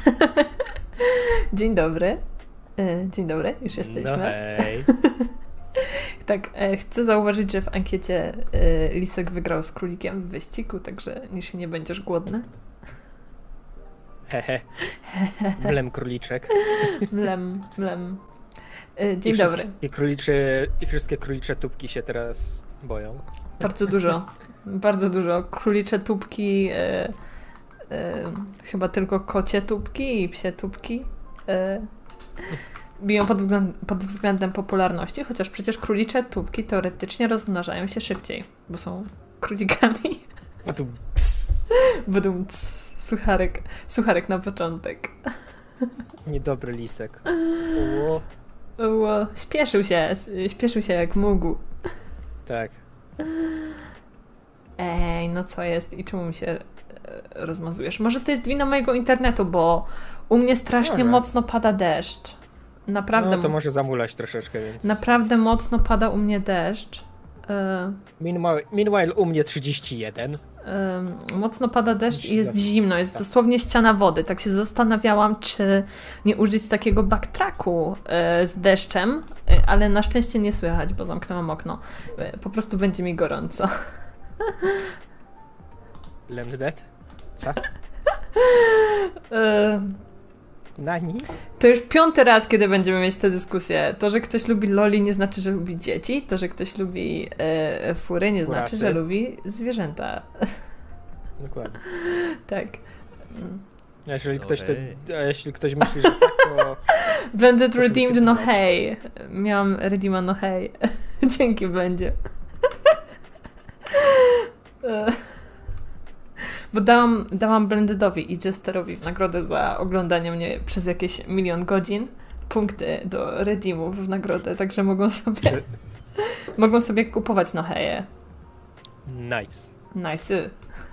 Dzień dobry. Dzień dobry, już jesteśmy. No hej. Tak, chcę zauważyć, że w ankiecie Lisek wygrał z królikiem w wyścigu, także niż nie będziesz głodny. Hehe. Mlem króliczek. Mlem. Dzień dobry. I wszystkie królicze tubki się teraz boją. Bardzo dużo. Królicze tubki, chyba tylko kocie tubki i psie tubki biją pod względem popularności, chociaż przecież królicze tubki teoretycznie rozmnażają się szybciej, bo są królikami. Badum, sucharek na początek. Niedobry lisek. Śpieszył się jak mógł. Tak. Ej, no co jest i czemu mi się rozmazujesz? Może to jest wina mojego internetu, bo u mnie strasznie mocno pada deszcz. Naprawdę. No to może zamulać troszeczkę, więc... Naprawdę mocno pada u mnie deszcz. Meanwhile u mnie 31. Mocno pada deszcz i jest zimno, jest dosłownie ściana wody. Tak się zastanawiałam, czy nie użyć takiego backtracku z deszczem, ale na szczęście nie słychać, bo zamknęłam okno. Po prostu będzie mi gorąco. Left Dead? Co? Nani? To już 5. raz, kiedy będziemy mieć tę dyskusję. To, że ktoś lubi loli, nie znaczy, że lubi dzieci. To, że ktoś lubi fury, nie znaczy, że lubi zwierzęta. Dokładnie. Tak. Jeśli ktoś myśli, że tak, to... Blended redeemed, no hej. Miałam redeema, no hej. Dzięki, Blendzie. Bo dałam Blendedowi i Jesterowi w nagrodę za oglądanie mnie przez jakieś 1 000 000 godzin punkty do redeemów w nagrodę, także mogą sobie kupować noheje. Nice.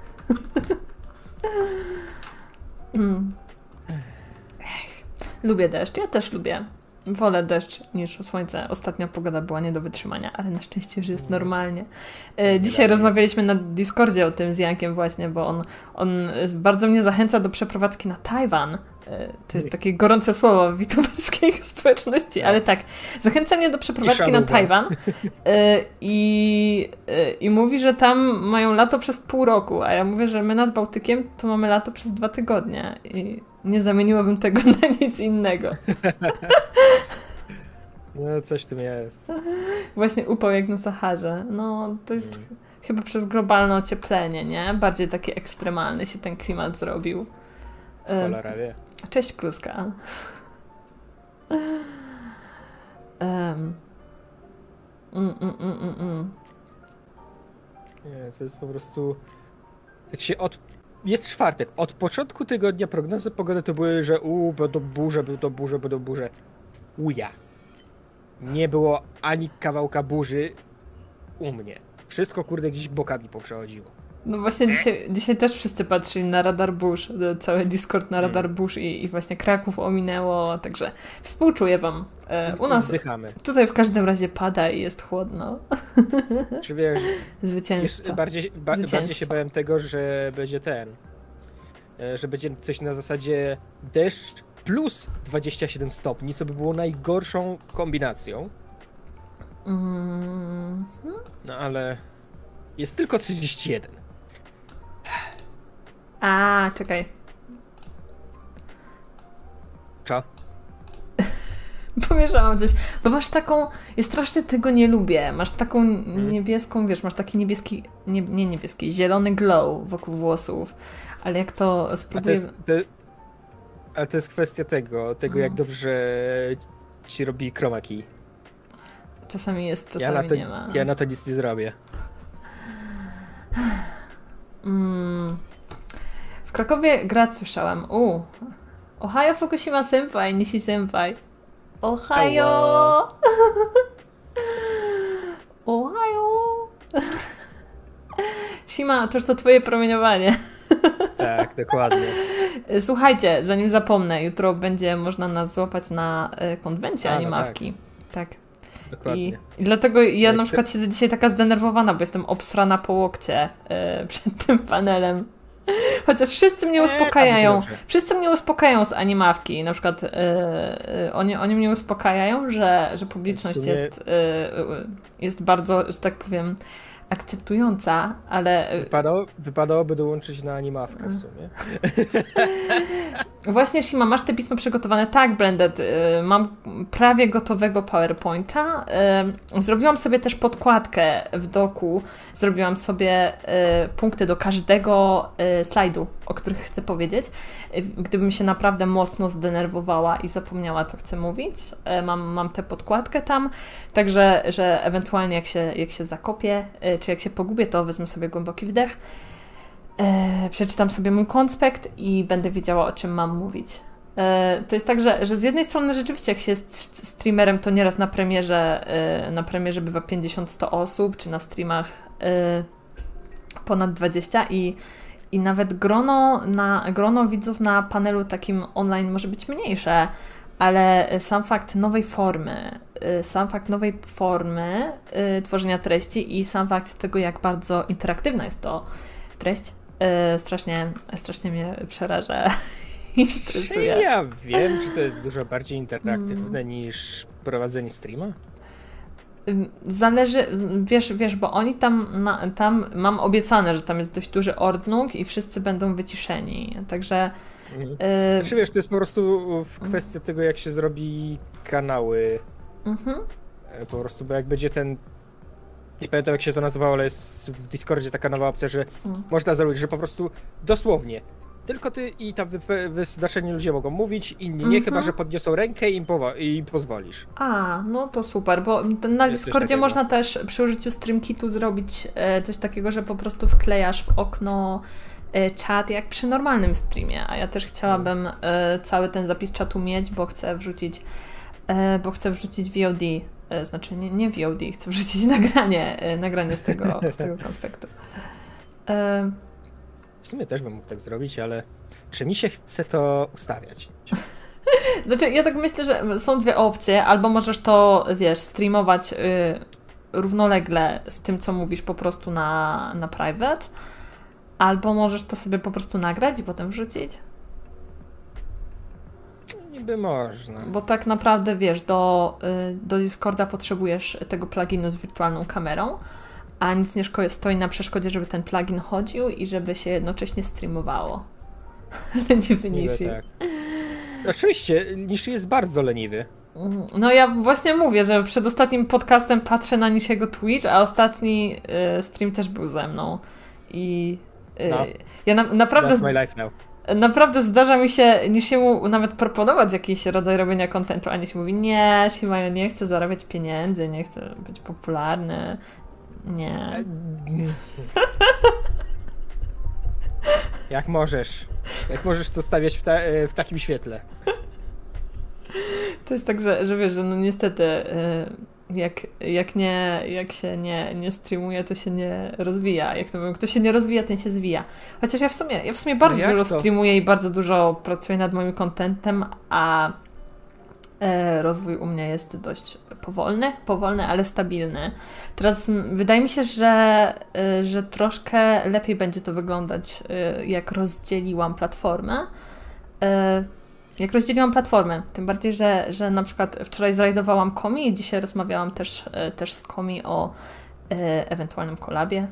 Lubię deszcz, ja też lubię. Wolę deszcz niż słońce. Ostatnia pogoda była nie do wytrzymania, ale na szczęście już jest normalnie. Dzisiaj rozmawialiśmy na Discordzie o tym z Jankiem właśnie, bo on bardzo mnie zachęca do przeprowadzki na Tajwan. To jest takie gorące słowo w youtuberskiej społeczności, ale tak, zachęca mnie do przeprowadzki na Tajwan i mówi, że tam mają lato przez pół roku, a ja mówię, że my nad Bałtykiem to mamy lato przez 2 tygodnie i nie zamieniłabym tego na nic innego. No coś w tym jest. Właśnie upał jak na Saharze. No to jest chyba przez globalne ocieplenie, nie? Bardziej taki ekstremalny się ten klimat zrobił. Cholera wie. Cześć, Kluska. Nie, to jest po prostu... Tak się Jest czwartek. Od początku tygodnia prognozy pogody to były, że będą burze. Uja. Nie było ani kawałka burzy u mnie. Wszystko, kurde, gdzieś bokami poprzechodziło. No właśnie dzisiaj też wszyscy patrzyli na radar burz, cały Discord na radar burz i właśnie Kraków ominęło, także współczuję wam. U nas zdychamy. Tutaj w każdym razie pada i jest chłodno. Czy wiesz, zwycięstwo. Bardziej się bałem tego, że będzie że będzie coś na zasadzie deszcz plus 27 stopni, co by było najgorszą kombinacją. No ale jest tylko 31. Czekaj. Co? Pomieszałam coś. Bo masz taką... Ja strasznie tego nie lubię. Masz taką niebieską, wiesz, masz taki niebieski... Nie niebieski, zielony glow wokół włosów. Ale jak to spróbuję... Ale to jest kwestia tego jak dobrze ci robi chroma key. Czasami jest, czasami nie ma. Ja na to nic nie zrobię. W Krakowie grad słyszałem. Ohio Fukushima Senpai, Nishi Senpai. Ohio! Ohio! Shima, to twoje promieniowanie. Tak, dokładnie. Słuchajcie, zanim zapomnę, jutro będzie można nas złapać na konwencie animawki. Tak. Dokładnie. I dlatego ja na przykład siedzę dzisiaj taka zdenerwowana, bo jestem obsrana po łokcie przed tym panelem. Chociaż wszyscy mnie uspokajają. Wszyscy mnie uspokajają z animawki. Na przykład oni mnie uspokajają, że publiczność jest bardzo, że tak powiem, akceptująca, ale... Wypadałoby dołączyć na animawkę w sumie. Właśnie, Shima, masz te pismo przygotowane? Tak, Blended. Mam prawie gotowego PowerPointa. Zrobiłam sobie też podkładkę w doku. Zrobiłam sobie punkty do każdego slajdu, o których chcę powiedzieć. Gdybym się naprawdę mocno zdenerwowała i zapomniała, co chcę mówić. Mam tę podkładkę tam, także że ewentualnie jak się zakopię, czy jak się pogubię, to wezmę sobie głęboki wdech. Przeczytam sobie mój konspekt i będę wiedziała, o czym mam mówić. To jest tak, że z jednej strony rzeczywiście jak się jest streamerem, to nieraz na premierze bywa 50-100 osób, czy na streamach ponad 20 i nawet grono widzów na panelu takim online może być mniejsze, ale sam fakt nowej formy tworzenia treści i sam fakt tego, jak bardzo interaktywna jest to treść, strasznie mnie przeraża i stresuje. Czy ja wiem, czy to jest dużo bardziej interaktywne niż prowadzenie streama? Zależy, wiesz, bo oni tam mam obiecane, że tam jest dość duży ordnung i wszyscy będą wyciszeni, także... Znaczy wiesz, to jest po prostu kwestia tego, jak się zrobi kanały. Po prostu, bo jak będzie ten... Nie pamiętam, jak się to nazywało, ale jest w Discordzie taka nowa opcja, że można zrobić, że po prostu dosłownie tylko ty i tam wyznaczeni ludzie mogą mówić, inni nie, chyba że podniosą rękę i im pozwolisz. No to super, bo na Discordzie można też przy użyciu StreamKitu zrobić coś takiego, że po prostu wklejasz w okno czat jak przy normalnym streamie, a ja też chciałabym cały ten zapis czatu mieć, bo chcę wrzucić VOD. Znaczy nie VOD, chcę wrzucić nagranie z tego konspektu. W sumie też bym mógł tak zrobić, ale czy mi się chce to ustawiać? Znaczy, ja tak myślę, że są dwie opcje. Albo możesz to, streamować równolegle z tym, co mówisz po prostu na private, albo możesz to sobie po prostu nagrać i potem wrzucić. Niby można. Bo tak naprawdę, do Discorda potrzebujesz tego pluginu z wirtualną kamerą, a nic nie stoi na przeszkodzie, żeby ten plugin chodził i żeby się jednocześnie streamowało. Leniwy Nishi. Tak. Oczywiście, Nishi jest bardzo leniwy. No ja właśnie mówię, że przed ostatnim podcastem patrzę na Nishiego Twitch, a ostatni stream też był ze mną. I ja naprawdę... That's my life now. Naprawdę zdarza mi się Nishiemu nawet proponować jakiś rodzaj robienia kontentu, a Nishi mówi, nie, Shima, ja nie chcę zarabiać pieniędzy, nie chcę być popularny. Nie. Jak możesz? Jak możesz to stawiać w takim świetle? To jest tak, że wiesz, że no niestety jak się nie streamuje, to się nie rozwija. Jak to mówią, kto się nie rozwija, ten się zwija. Chociaż ja w sumie bardzo dużo streamuję i bardzo dużo pracuję nad moim contentem, a rozwój u mnie jest dość powolny, ale stabilny. Teraz wydaje mi się, że troszkę lepiej będzie to wyglądać, jak rozdzieliłam platformę. Tym bardziej, że na przykład wczoraj zrajdowałam Komi i dzisiaj rozmawiałam też z Komi o ewentualnym kolabie,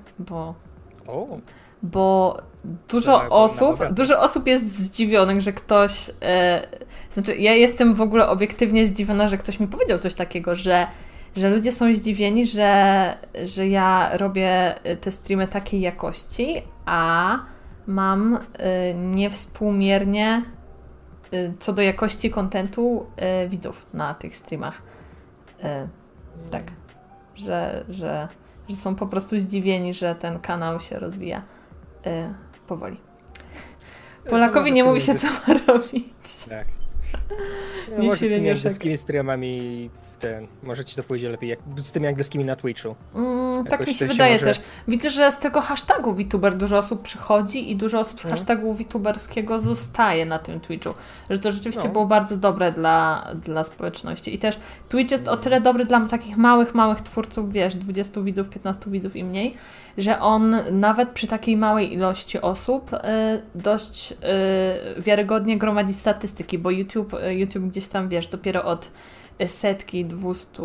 bo dużo osób jest zdziwionych, że ktoś... Znaczy, ja jestem w ogóle obiektywnie zdziwiona, że ktoś mi powiedział coś takiego, że ludzie są zdziwieni, że ja robię te streamy takiej jakości, a mam niewspółmiernie co do jakości kontentu widzów na tych streamach. Tak. Że są po prostu zdziwieni, że ten kanał się rozwija powoli. Polakowi nie mówi się, co ma robić. Tak. Ja może z tymi wszystkimi streamami może ci to pójdzie lepiej, jak z tymi angielskimi na Twitchu. Tak mi się wydaje też. Widzę, że z tego hashtagu VTuber dużo osób przychodzi i dużo osób z hashtagu VTuberskiego zostaje na tym Twitchu. Że to rzeczywiście było bardzo dobre dla społeczności. I też Twitch jest o tyle dobry dla takich małych twórców, wiesz, 20 widzów, 15 widzów i mniej, że on nawet przy takiej małej ilości osób dość wiarygodnie gromadzi statystyki, bo YouTube gdzieś tam, wiesz, dopiero od setki, 200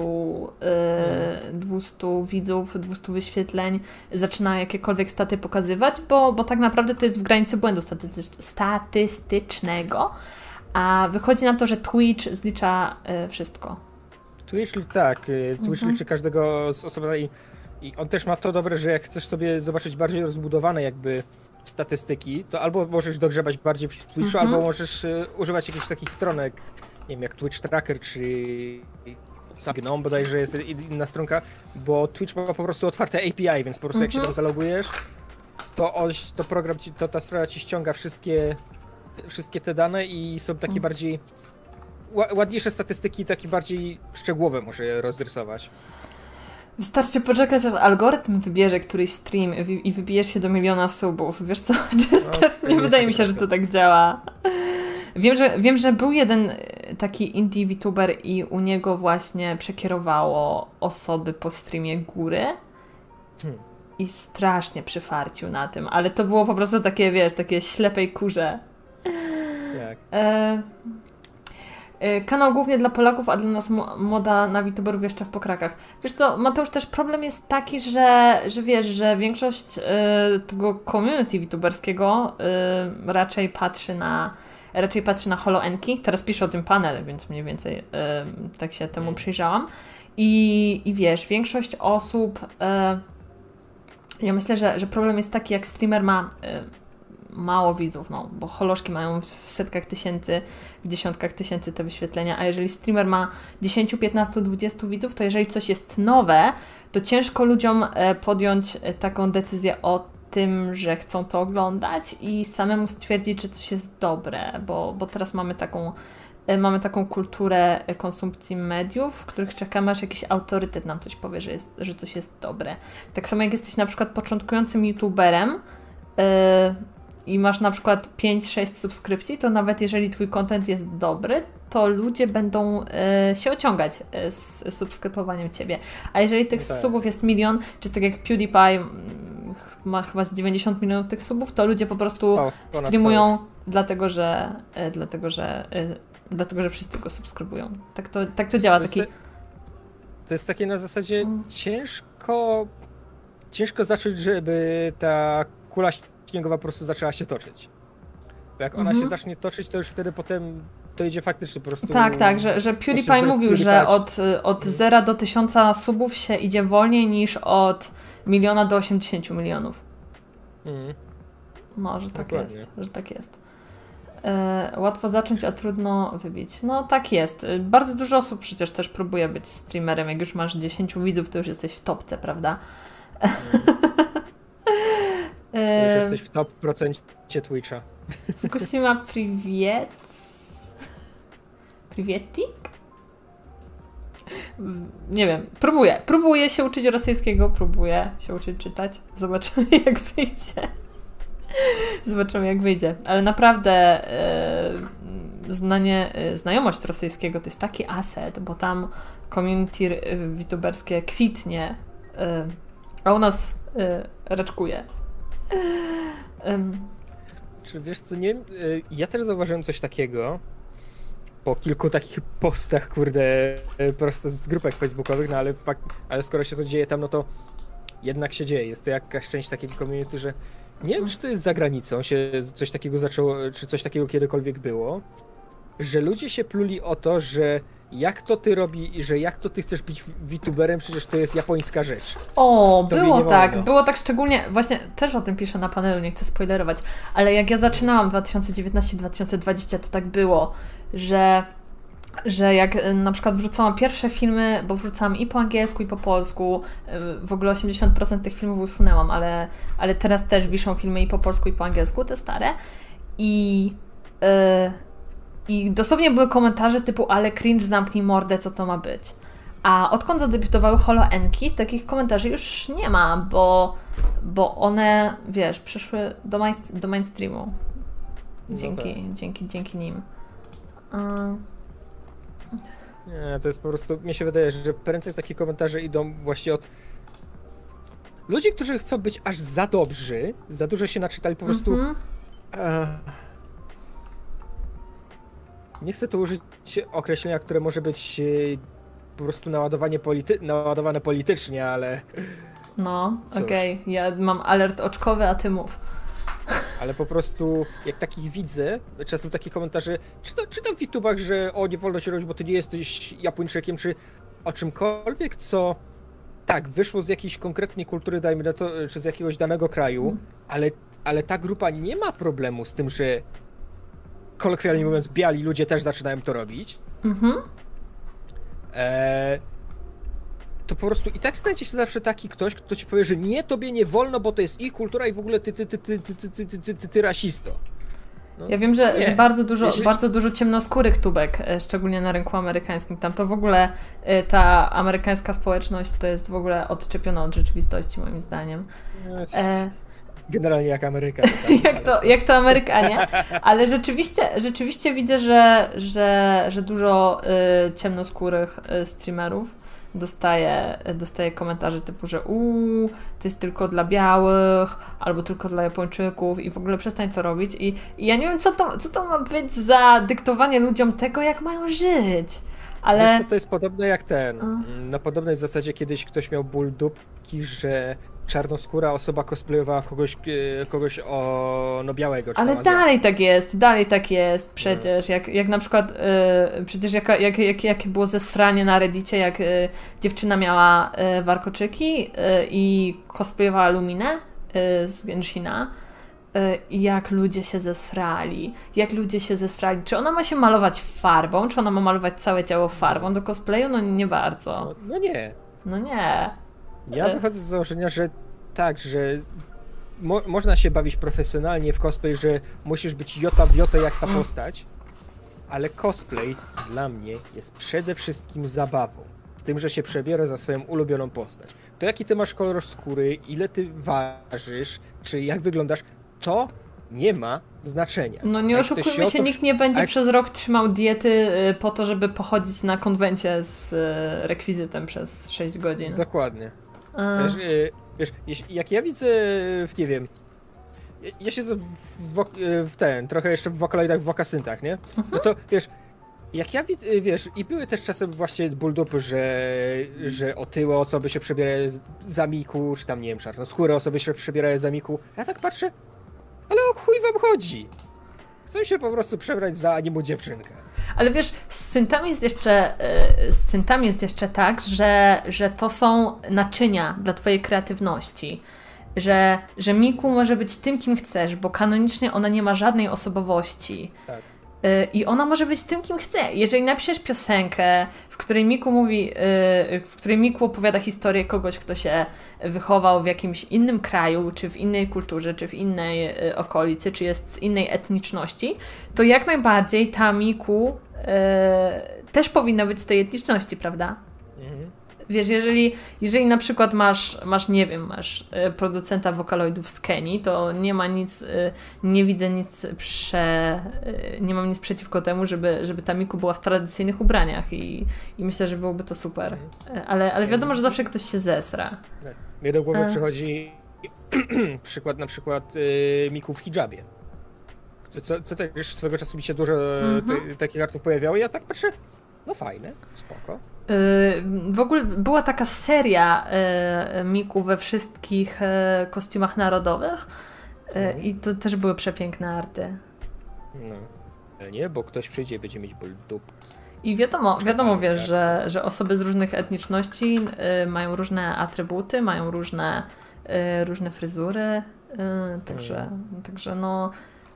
widzów, 200 wyświetleń zaczyna jakiekolwiek staty pokazywać, bo tak naprawdę to jest w granicy błędu statystycznego, a wychodzi na to, że Twitch zlicza wszystko. Twitch liczy każdego z osobna i on też ma to dobre, że jak chcesz sobie zobaczyć bardziej rozbudowane jakby statystyki, to albo możesz dogrzebać bardziej w Twitchu, albo możesz używać jakichś takich stronek, nie wiem, jak Twitch Tracker, czy Gnome bodajże jest inna stronka, bo Twitch ma po prostu otwarte API, więc po prostu jak się tam zalogujesz, to program ta strona ci ściąga wszystkie te dane i są takie bardziej ładniejsze statystyki, takie bardziej szczegółowe może je rozrysować. Wystarczy poczekać, aż algorytm wybierze któryś stream i wybijesz się do 1 000 000 subów. Wiesz co? Nie wydaje mi się, że to tak działa. Wiem, że był jeden taki indie VTuber i u niego właśnie przekierowało osoby po streamie góry i strasznie przyfarcił na tym, ale to było po prostu takie, wiesz, takie ślepej kurze. Jak? Kanał głównie dla Polaków, a dla nas moda na VTuberów jeszcze w pokrakach. Wiesz co, Mateusz, też problem jest taki, że wiesz, że większość tego community VTuberskiego raczej patrzy na HoloNki. Teraz piszę o tym panelu, więc mniej więcej tak się temu przyjrzałam. I wiesz, większość osób ja myślę, że problem jest taki, jak streamer ma mało widzów, bo holoszki mają w setkach tysięcy, w dziesiątkach tysięcy te wyświetlenia, a jeżeli streamer ma 10, 15, 20 widzów, to jeżeli coś jest nowe, to ciężko ludziom podjąć taką decyzję o tym, że chcą to oglądać i samemu stwierdzić, że coś jest dobre, bo teraz mamy taką kulturę konsumpcji mediów, w których czekamy, aż jakiś autorytet nam coś powie, że coś jest dobre. Tak samo jak jesteś na przykład początkującym youtuberem i masz na przykład 5-6 subskrypcji, to nawet jeżeli twój content jest dobry, to ludzie będą się ociągać z subskrybowaniem ciebie. A jeżeli tych subów jest 1 000 000, czy tak jak PewDiePie ma chyba z 90 milionów tych subów, to ludzie po prostu streamują dlatego, że wszyscy go subskrybują. Tak to działa. To jest takie na zasadzie ciężko zacząć, żeby ta kula śniegowa po prostu zaczęła się toczyć. Bo jak ona się zacznie toczyć, to już wtedy potem to idzie faktycznie po prostu... Tak, że PewDiePie mówił, że od 0 do 1000 subów się idzie wolniej niż od 1 000 000 do 80 milionów. No, że tak jest. Łatwo zacząć, a trudno wybić. No tak jest. Bardzo dużo osób przecież też próbuje być streamerem. Jak już masz 10 widzów, to już jesteś w topce, prawda? Już jesteś w top procencie Twitcha. Fukushima Privietik? Nie wiem. Próbuję się uczyć rosyjskiego, próbuję się uczyć czytać. Zobaczymy jak wyjdzie. Ale naprawdę znajomość rosyjskiego to jest taki asset, bo tam community VTuberskie kwitnie, a u nas raczkuje. Czy wiesz co, nie wiem, ja też zauważyłem coś takiego po kilku takich postach, prosto z grupek facebookowych, no ale skoro się to dzieje tam, no to jednak się dzieje. Jest to jakaś część takiego community, że nie wiem, czy to jest za granicą, się coś takiego zaczęło, czy coś takiego kiedykolwiek było, że ludzie się pluli o to, że jak to ty robi i że jak to ty chcesz być VTuberem, przecież to jest japońska rzecz. Było tak szczególnie, właśnie też o tym piszę na panelu, nie chcę spoilerować, ale jak ja zaczynałam 2019-2020, to tak było, że jak na przykład wrzucałam pierwsze filmy, bo wrzucałam i po angielsku, i po polsku, w ogóle 80% tych filmów usunęłam, ale teraz też wiszą filmy i po polsku, i po angielsku, te stare. I dosłownie były komentarze typu, ale cringe, zamknij mordę, co to ma być. A odkąd zadebiutowały Holo-Enki, takich komentarzy już nie ma, bo one, wiesz, przyszły do mainstreamu. Dzięki nim. Nie, to jest po prostu, mnie się wydaje, że prędzej takie komentarze idą właśnie od ludzi, którzy chcą być aż za dobrzy, za dużo się naczytali, po prostu nie chcę tu użyć określenia, które może być po prostu naładowane politycznie, ale no, okej. Ja mam alert oczkowy, a ty mów. Ale po prostu, jak takich widzę, czasem takie komentarze, czy to w YouTubach, że nie wolno się robić, bo ty nie jesteś Japończykiem, czy o czymkolwiek, co tak, wyszło z jakiejś konkretnej kultury, dajmy na to, czy z jakiegoś danego kraju, ale ta grupa nie ma problemu z tym, że kolokwialnie mówiąc, biali ludzie też zaczynają to robić. To po prostu i tak znajdzie się zawsze taki ktoś, kto ci powie, że nie, tobie nie wolno, bo to jest ich kultura i w ogóle ty rasisto. No, ja wiem, że bardzo dużo ciemnoskórych tubek, szczególnie na rynku amerykańskim. Tam to w ogóle ta amerykańska społeczność to jest w ogóle odczepiona od rzeczywistości, moim zdaniem. Generalnie jak Ameryka. jak to Amerykanie, ale rzeczywiście widzę, że dużo ciemnoskórych streamerów dostaje komentarze typu, że to jest tylko dla białych, albo tylko dla Japończyków i w ogóle przestań to robić. I ja nie wiem, co to ma być za dyktowanie ludziom tego, jak mają żyć. Ale... Wiesz, to jest podobne jak na podobnej zasadzie kiedyś ktoś miał ból dupki, że czarnoskóra osoba cosplayowała kogoś białego. Ale dalej tak jest przecież. Jak na przykład, przecież jakie było zesranie na Reddicie, jak dziewczyna miała warkoczyki i cosplayowała Luminę z Genshina. Jak ludzie się zesrali. Czy ona ma się malować farbą? Czy ona ma malować całe ciało farbą do cosplayu? No nie bardzo. No nie. No nie. Ja wychodzę z założenia, że tak, że można się bawić profesjonalnie w cosplay, że musisz być jota w jotę jak ta postać, ale cosplay dla mnie jest przede wszystkim zabawą. W tym, że się przebiorę za swoją ulubioną postać. To jaki ty masz kolor skóry, ile ty ważysz, czy jak wyglądasz, to nie ma znaczenia. No nie oszukujmy się, nikt nie będzie przez rok trzymał diety po to, żeby pochodzić na konwencie z rekwizytem przez 6 godzin. Dokładnie. Wiesz, jak ja widzę, nie wiem, ja siedzę trochę jeszcze w Vocaloidach, w Wokasyntach, nie? No to wiesz, jak ja widzę, wiesz, i były też czasem właśnie ból dupy, że otyłe osoby się przebierają za Miku, czy tam, nie wiem, czarnoskóre osoby się przebierają za Miku. Ja tak patrzę, ale o chuj wam chodzi? Chcą się po prostu przebrać za anime dziewczynkę. Ale wiesz, z syntami jest jeszcze tak, że to są naczynia dla twojej kreatywności. Że Miku może być tym, kim chcesz, bo kanonicznie ona nie ma żadnej osobowości. Tak. I ona może być tym, kim chce. Jeżeli napiszesz piosenkę, w której Miku opowiada historię kogoś, kto się wychował w jakimś innym kraju, czy w innej kulturze, czy w innej okolicy, czy jest z innej etniczności, to jak najbardziej ta Miku też powinna być z tej etniczności, prawda? Mhm. Wiesz, jeżeli na przykład masz producenta wokaloidów z Kenii, to nie ma nic, nie widzę nic nie mam nic przeciwko temu, żeby ta Miku była w tradycyjnych ubraniach i myślę, że byłoby to super. Ale wiadomo, że zawsze ktoś się zesra. Mnie do głowy przychodzi przykład na przykład Miku w hijabie. Co też swego czasu mi się dużo takich artów pojawiało i ja tak patrzę, no fajne, spoko. W ogóle była taka seria Miku we wszystkich kostiumach narodowych i to też były przepiękne arty. No, nie, bo ktoś przyjdzie i będzie mieć ból dup. I wiadomo, wiesz, że osoby z różnych etniczności mają różne atrybuty, mają różne fryzury, także no...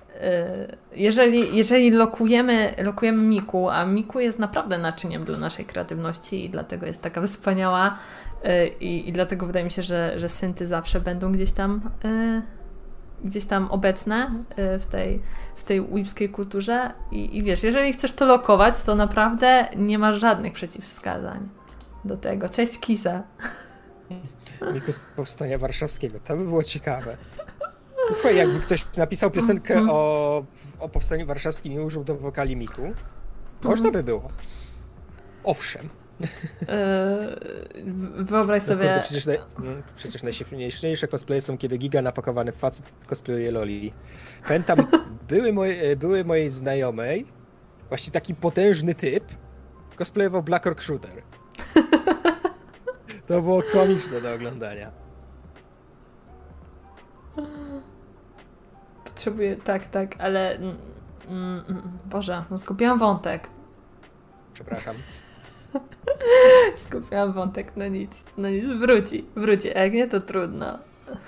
Jeżeli lokujemy Miku, a Miku jest naprawdę naczyniem dla naszej kreatywności i dlatego jest taka wspaniała i dlatego wydaje mi się, że synty zawsze będą gdzieś tam obecne w tej weebskiej kulturze i wiesz, jeżeli chcesz to lokować, to naprawdę nie ma żadnych przeciwwskazań. do tego. Cześć Kisa. Mikus Powstania Warszawskiego. To by było ciekawe. Słuchaj, jakby ktoś napisał piosenkę o Powstaniu Warszawskim i użył do wokali Miku, można by było. Owszem. Wyobraź sobie... Przecież najśmieszniejsze cosplaye są, kiedy giga napakowany facet cosplayuje loli. Pamiętam, były mojej znajomej właśnie taki potężny typ cosplayował Black Orc Shooter. To było komiczne do oglądania. Potrzebuję... Tak, ale... Boże, no zgubiłam wątek. Przepraszam. Skupiłam wątek, no nic, wróci, a jak nie to trudno.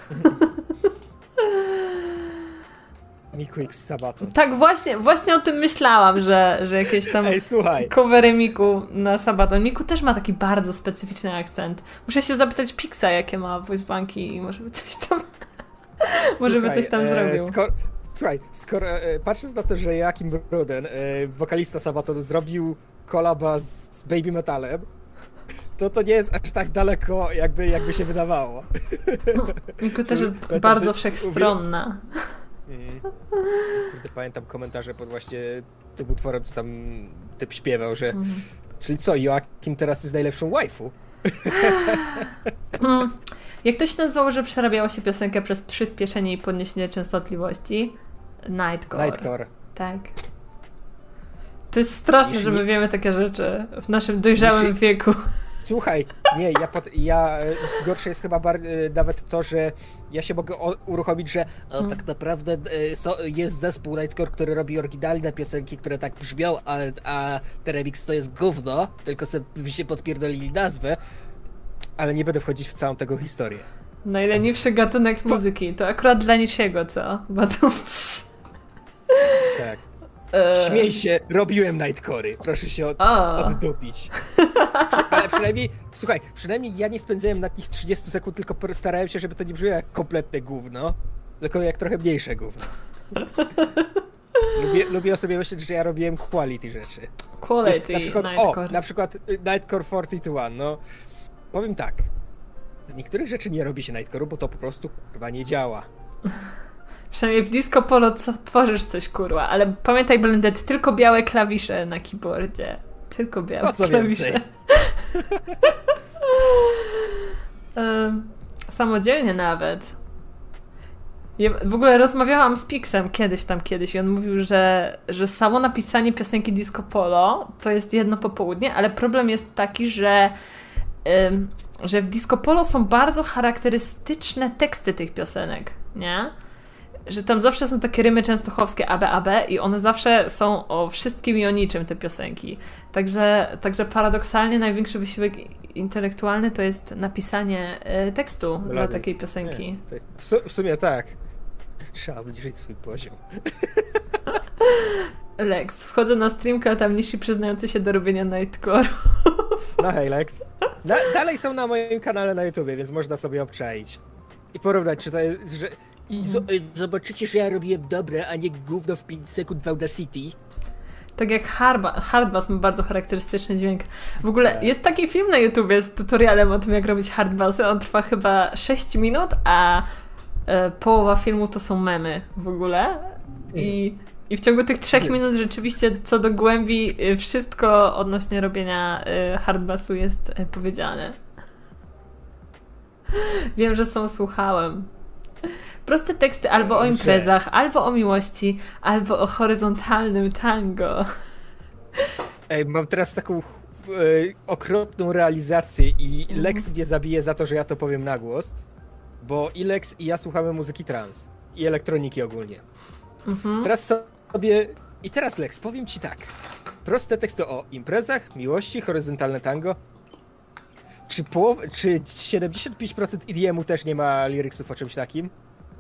Miku X Sabaton. Tak, właśnie o tym myślałam, że jakieś tam słuchaj. covery Miku na Sabaton. Miku też ma taki bardzo specyficzny akcent. Muszę się zapytać Pixa, jakie ma voicebanki i może by coś tam zrobił. Skoro patrząc na to, że Joachim Bruden, wokalista Sabatonu, zrobił kolaba z Baby Metalem, to nie jest aż tak daleko, jakby się wydawało. Miku też jest bardzo wszechstronna. Pamiętam komentarze pod właśnie tym utworem, co tam typ śpiewał, że czyli co, Joachim teraz jest najlepszą waifu? Jak to się nazywało, że przerabiało się piosenkę przez przyspieszenie i podniesienie częstotliwości? Nightcore. Tak. To jest straszne, że my wiemy takie rzeczy w naszym dojrzałym wieku. Słuchaj, nie, gorsze jest chyba nawet to, że ja się mogę uruchomić, że tak naprawdę jest zespół Nightcore, który robi oryginalne piosenki, które tak brzmią, a ten remix to jest gówno, tylko sobie się podpierdolili nazwę, ale nie będę wchodzić w całą tego historię. Najleniwszy gatunek muzyki, to akurat dla niczego, co? Tak. Śmiej się, robiłem Nightcore'y. Proszę się oddupić. Ale przynajmniej ja nie spędzałem na nich 30 sekund, tylko starałem się, żeby to nie brzmiało jak kompletne gówno, tylko jak trochę mniejsze gówno. Lubię sobie myśleć, że ja robiłem quality rzeczy. Quality, Nightcore. Na przykład Nightcore 42, no. Powiem tak. Z niektórych rzeczy nie robi się Nightcore'u, bo to po prostu kurwa nie działa. Przynajmniej w Disco Polo tworzysz coś, kurwa, ale pamiętaj, Blended, tylko białe klawisze na keyboardzie. Tylko białe klawisze. Samodzielnie nawet. Ja w ogóle rozmawiałam z Pixem kiedyś i on mówił, że samo napisanie piosenki Disco Polo to jest jedno popołudnie, ale problem jest taki, że w Disco Polo są bardzo charakterystyczne teksty tych piosenek, nie? Że tam zawsze są takie rymy częstochowskie AB i one zawsze są o wszystkim i o niczym, te piosenki. Także paradoksalnie największy wysiłek intelektualny to jest napisanie tekstu dla takiej piosenki. Nie, w sumie tak. Trzeba obniżyć swój poziom. Lex, wchodzę na streamkę, a tam niżsi przyznający się do robienia Nightcore. No hej Lex. Dalej są na moim kanale na YouTubie, więc można sobie obczaić. I porównać, czy to jest... Zobaczycie, że ja robiłem dobre, a nie gówno w 5 sekund w Audacity. Tak jak Hardbass ma bardzo charakterystyczny dźwięk. W ogóle jest taki film na YouTubie z tutorialem o tym, jak robić Hardbassy. On trwa chyba 6 minut, a połowa filmu to są memy w ogóle. I w ciągu tych 3 minut rzeczywiście co do głębi wszystko odnośnie robienia Hardbassu jest powiedziane. Wiem, że słuchałem. Proste teksty albo o imprezach, albo o miłości, albo o horyzontalnym tango. Ej, mam teraz taką okropną realizację i Lex mnie zabije za to, że ja to powiem na głos, bo i Lex i ja słuchamy muzyki trance i elektroniki ogólnie. Teraz Lex, powiem ci tak. Proste teksty o imprezach, miłości, horyzontalne tango. Czy 75% EDM-u też nie ma liryksów o czymś takim?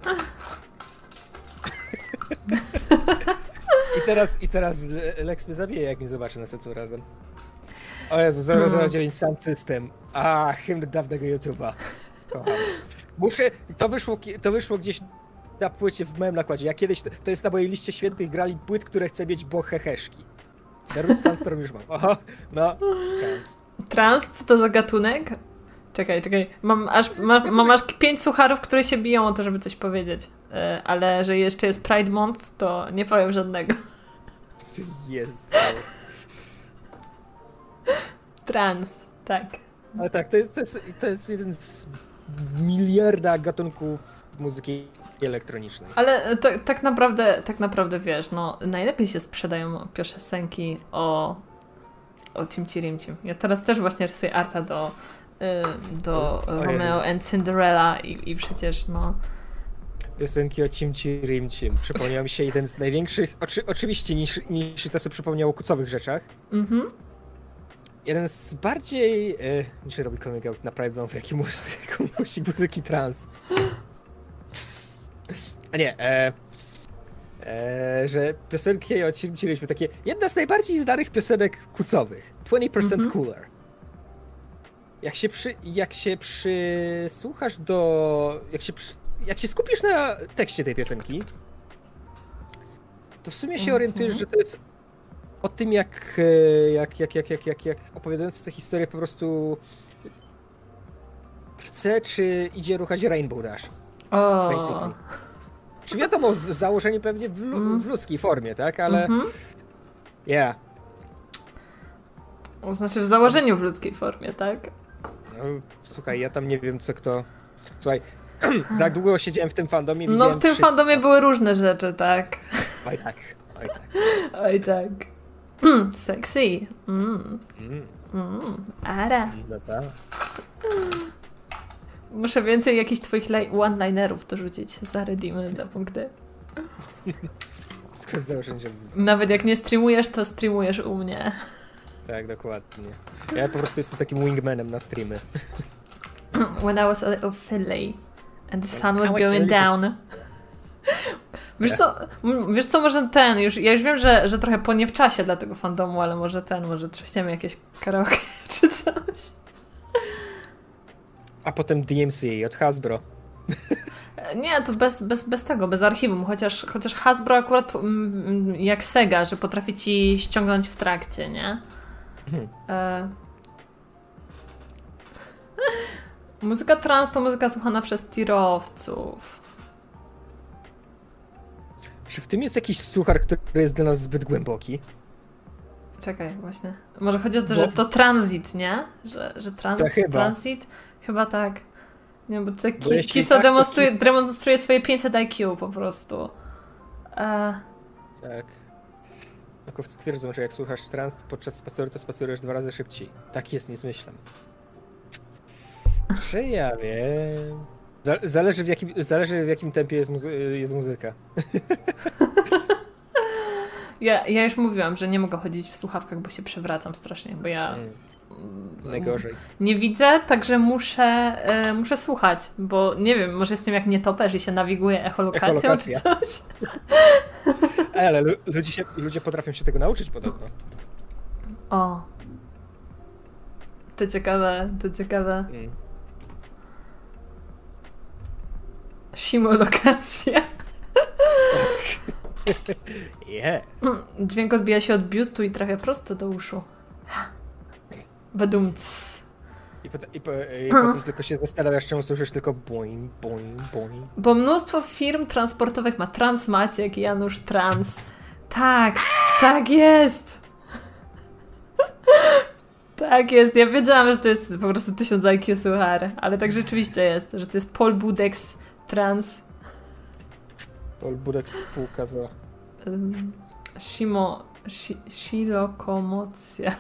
I teraz Lex mnie zabije, jak mnie zobaczy następnym razem. O Jezu, 009 Sound System. Hymn dawnego YouTube'a. Kocham. To wyszło gdzieś na płycie w moim nakładzie. Ja kiedyś, to jest na mojej liście świętych grali płyt, które chcę mieć, bo heheszki. Naród Sandstorm już mam. Oho, no, chance. Trans, co to za gatunek? Czekaj. Mam aż 5 sucharów, które się biją o to, żeby coś powiedzieć. Ale że jeszcze jest Pride Month, to nie powiem żadnego. Jezu. Trans, tak. Ale tak, to jest jeden z miliarda gatunków muzyki elektronicznej. Ale tak naprawdę wiesz, no najlepiej się sprzedają piosenki o Cimci Rimcim. Ja teraz też właśnie rysuję arta do Romeo and Cinderella i przecież no... Piosenki o Cimci Rimcim. Przypomniał mi się jeden z największych, oczywiście niż to sobie przypomniał o kucowych rzeczach. Jeden z bardziej... niż robi coming out na Pride Month, jaki musi muzyki trans. A nie, że piosenki o Cimci Rimcim takie... Jedna z najbardziej znanych piosenek kucowych. 20% Cooler. Jak się przysłuchasz do... Jak się skupisz na tekście tej piosenki, to w sumie się orientujesz, że to jest o tym, jak opowiadając tę historię po prostu chce, czy idzie ruchać Rainbow Dash. Basically. Czy wiadomo, założenie pewnie w ludzkiej formie, tak? Ale... Yeah. Znaczy w założeniu w ludzkiej formie, tak? No, słuchaj, ja tam nie wiem, co kto... Słuchaj, za długo siedziałem w tym fandomie. No w tym fandomie były różne rzeczy, tak? Oj tak. Oj tak. Sexy. Ara. No tak. Muszę więcej jakichś twoich one-linerów dorzucić za redeemy dla punkty. Skąd założenie, że... Nawet jak nie streamujesz, to streamujesz u mnie. Tak, dokładnie. Ja po prostu jestem takim wingmanem na streamy. When I was a little filly and the sun was going down. Wiesz co, może ja już wiem, że trochę po nie w czasie dla tego fandomu, ale może trzaśniemy jakieś karaoke czy coś. A potem DMC od Hasbro. Nie, to bez tego, bez archiwum, chociaż Hasbro akurat jak Sega, że potrafi ci ściągnąć w trakcie, nie? Muzyka trans to muzyka słuchana przez tirowców. Czy w tym jest jakiś suchar, który jest dla nas zbyt głęboki? Czekaj, właśnie. Może chodzi o to, że to transit, nie? Że transit? Chyba tak. Nie, bo tutaj Kiso demonstruje swoje 500 IQ po prostu. Tak. Naukowcy twierdzą, że jak słuchasz trans podczas spaceru, to spacerujesz 2 razy szybciej. Tak jest, nie zmyślam. Czy ja wiem... Zależy w jakim tempie jest muzyka. Ja już mówiłam, że nie mogę chodzić w słuchawkach, bo się przewracam strasznie, bo ja najgorzej. Nie widzę, także muszę słuchać, bo nie wiem, może jestem jak nietoperz i się nawiguje echolokacją czy coś. Ale ludzie potrafią się tego nauczyć podobno. O. To ciekawe. Shimolokacja. Yes. Dźwięk odbija się od biustu i trafia prosto do uszu. Badumc. I potem tylko się zastanawiasz, czemu słyszysz tylko boing, boing, boing. Bo mnóstwo firm transportowych ma Trans Maciek, Janusz Trans. Tak jest! Tak jest, ja wiedziałam, że to jest po prostu 1000 IQ suchar, ale tak rzeczywiście jest, że to jest Paul Budex Trans. Paul Budex spółka za... Shilokomocja.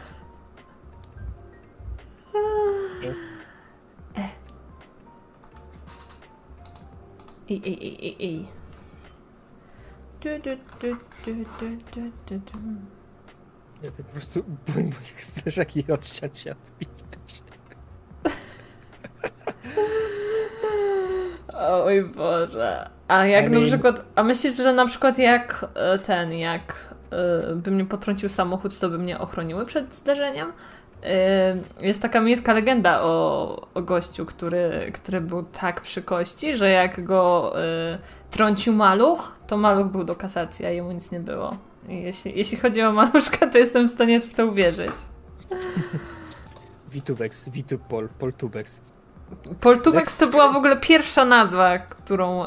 Ej. Ja po prostu boing, chcesz jakiej odciąć się odbijać. Oj Boże. A jak na przykład, a myślisz, że na przykład jak by mnie potrącił samochód, to by mnie ochroniły przed zdarzeniem? Jest taka miejska legenda o gościu, który był tak przy kości, że jak go trącił maluch, to maluch był do kasacji, a jemu nic nie było. I jeśli chodzi o maluszka, to jestem w stanie w to uwierzyć. VTubex, VTubepol, Poltubex. Poltubex to była w ogóle pierwsza nazwa, którą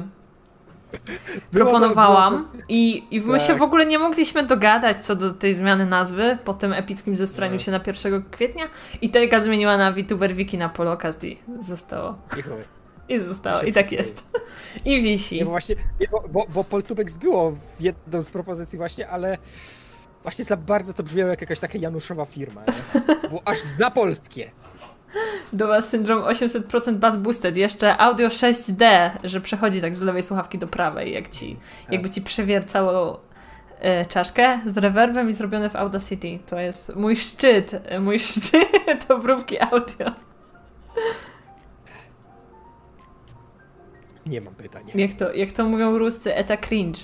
proponowałam i my się w ogóle nie mogliśmy dogadać co do tej zmiany nazwy po tym epickim zestraniu się na 1 kwietnia i Telka zmieniła na VTuber Wiki na Polokast i zostało. I zostało. I tak jest. I wisi. Nie, bo właśnie, bo Poltubex było w jedną z propozycji właśnie, ale właśnie za bardzo to brzmiało jak jakaś taka Januszowa firma. Nie? Było aż za polskie. Do was syndrom 800% bass boosted. Jeszcze audio 6D, że przechodzi tak z lewej słuchawki do prawej, jakby ci przewiercało czaszkę z reverbem i zrobione w Audacity. To jest mój szczyt obróbki audio. Nie mam pytania. Jak to mówią Ruscy, eta cringe.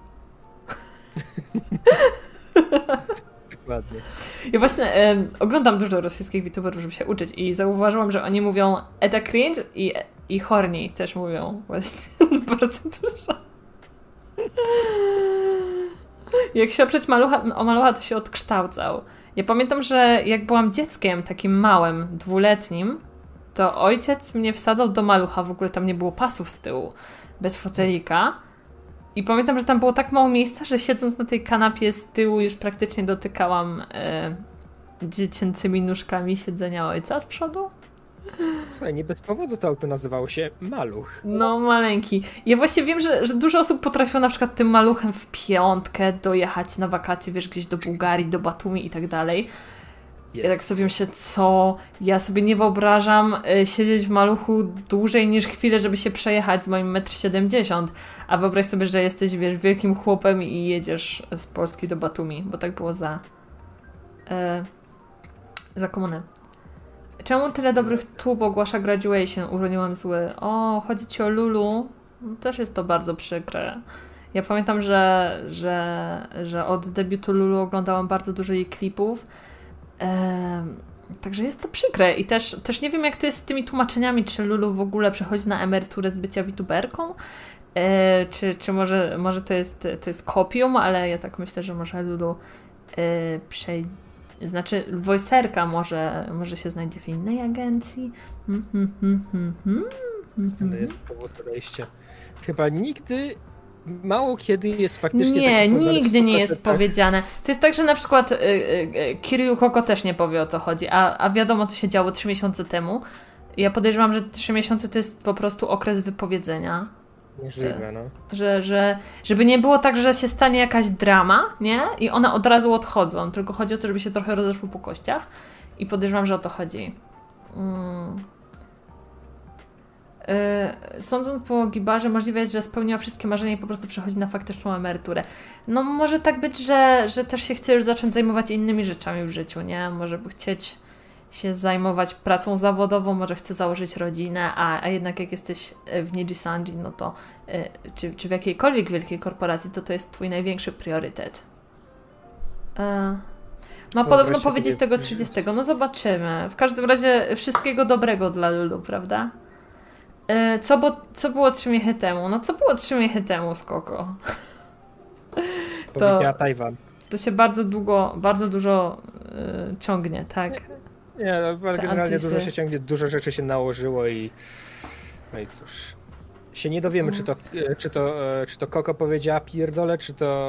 Dokładnie. Ja właśnie oglądam dużo rosyjskich VTuberów, żeby się uczyć i zauważyłam, że oni mówią eta cringe i horny też mówią właśnie bardzo dużo. Jak się oprzeć o malucha, to się odkształcał. Ja pamiętam, że jak byłam dzieckiem, takim małym, 2-letnim, to ojciec mnie wsadzał do malucha, w ogóle tam nie było pasów z tyłu, bez fotelika. I pamiętam, że tam było tak mało miejsca, że siedząc na tej kanapie z tyłu już praktycznie dotykałam dziecięcymi nóżkami siedzenia ojca z przodu. Słuchaj, nie bez powodu to auto nazywało się Maluch. No, maleńki. Ja właśnie wiem, że dużo osób potrafiło na przykład tym maluchem w piątkę dojechać na wakacje, wiesz, gdzieś do Bułgarii, do Batumi i tak dalej. Ja tak sobie myślę, ja sobie nie wyobrażam siedzieć w maluchu dłużej niż chwilę, żeby się przejechać z moim 1,70 m. A wyobraź sobie, że jesteś, wiesz, wielkim chłopem i jedziesz z Polski do Batumi, bo tak było za komuny. Czemu tyle dobrych tub ogłasza Graduation? Uroniłam zły. O, chodzi ci o Lulu? No, też jest to bardzo przykre. Ja pamiętam, że od debiutu Lulu oglądałam bardzo dużo jej klipów. Także jest to przykre i też nie wiem, jak to jest z tymi tłumaczeniami, czy Lulu w ogóle przechodzi na emeryturę z bycia VTuberką, czy może to jest kopium, ale ja tak myślę, że może Lulu znaczy voicerka może się znajdzie w innej agencji. To jest powód odejścia. Chyba nigdy mało kiedy jest faktycznie... Nie, nigdy nie jest powiedziane. To jest tak, że na przykład Kiryu Koko też nie powie, o co chodzi, a wiadomo, co się działo 3 miesiące temu. Ja podejrzewam, że 3 miesiące to jest po prostu okres wypowiedzenia. Możliwe, no. Żeby nie było tak, że się stanie jakaś drama, nie? I one od razu odchodzą, tylko chodzi o to, żeby się trochę rozeszły po kościach i podejrzewam, że o to chodzi. Sądząc po Gibarze, możliwe jest, że spełniła wszystkie marzenia i po prostu przechodzi na faktyczną emeryturę. No może tak być, że też się chce już zacząć zajmować innymi rzeczami w życiu, nie? Może by chcieć się zajmować pracą zawodową, może chce założyć rodzinę, a jednak jak jesteś w Nijisanji, no to czy w jakiejkolwiek wielkiej korporacji, to jest twój największy priorytet. Ma podobno powiedzieć tego 30. No zobaczymy. W każdym razie wszystkiego dobrego dla Lulu, prawda? Co było 3 miechy temu? No co było 3 miechy temu z Koko? Powiedziała Tajwan. To się bardzo dużo ciągnie, tak? Nie, no, ale generalnie dużo się ciągnie, dużo rzeczy się nałożyło i no i cóż. Się nie dowiemy, czy to Koko powiedziała pierdolę,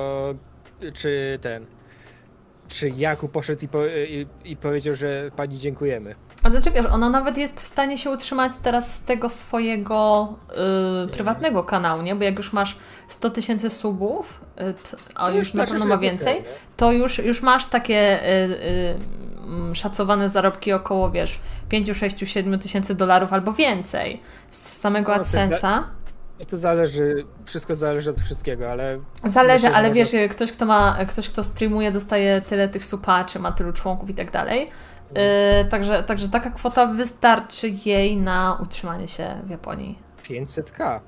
czy Jakub poszedł i powiedział, że pani dziękujemy. A znaczy wiesz, ona nawet jest w stanie się utrzymać teraz z tego swojego prywatnego kanału, nie? Bo jak już masz 100 000 subów, a już na pewno ma więcej, to już masz takie szacowane zarobki około, wiesz, 5, 6, 7 tysięcy dolarów albo więcej z samego AdSense'a. To zależy, wszystko zależy od wszystkiego, ale... Zależy, myślę, ale wiesz, ktoś, kto streamuje, dostaje tyle tych supaczy, ma tylu członków i tak dalej. Także taka kwota wystarczy jej na utrzymanie się w Japonii. 500k.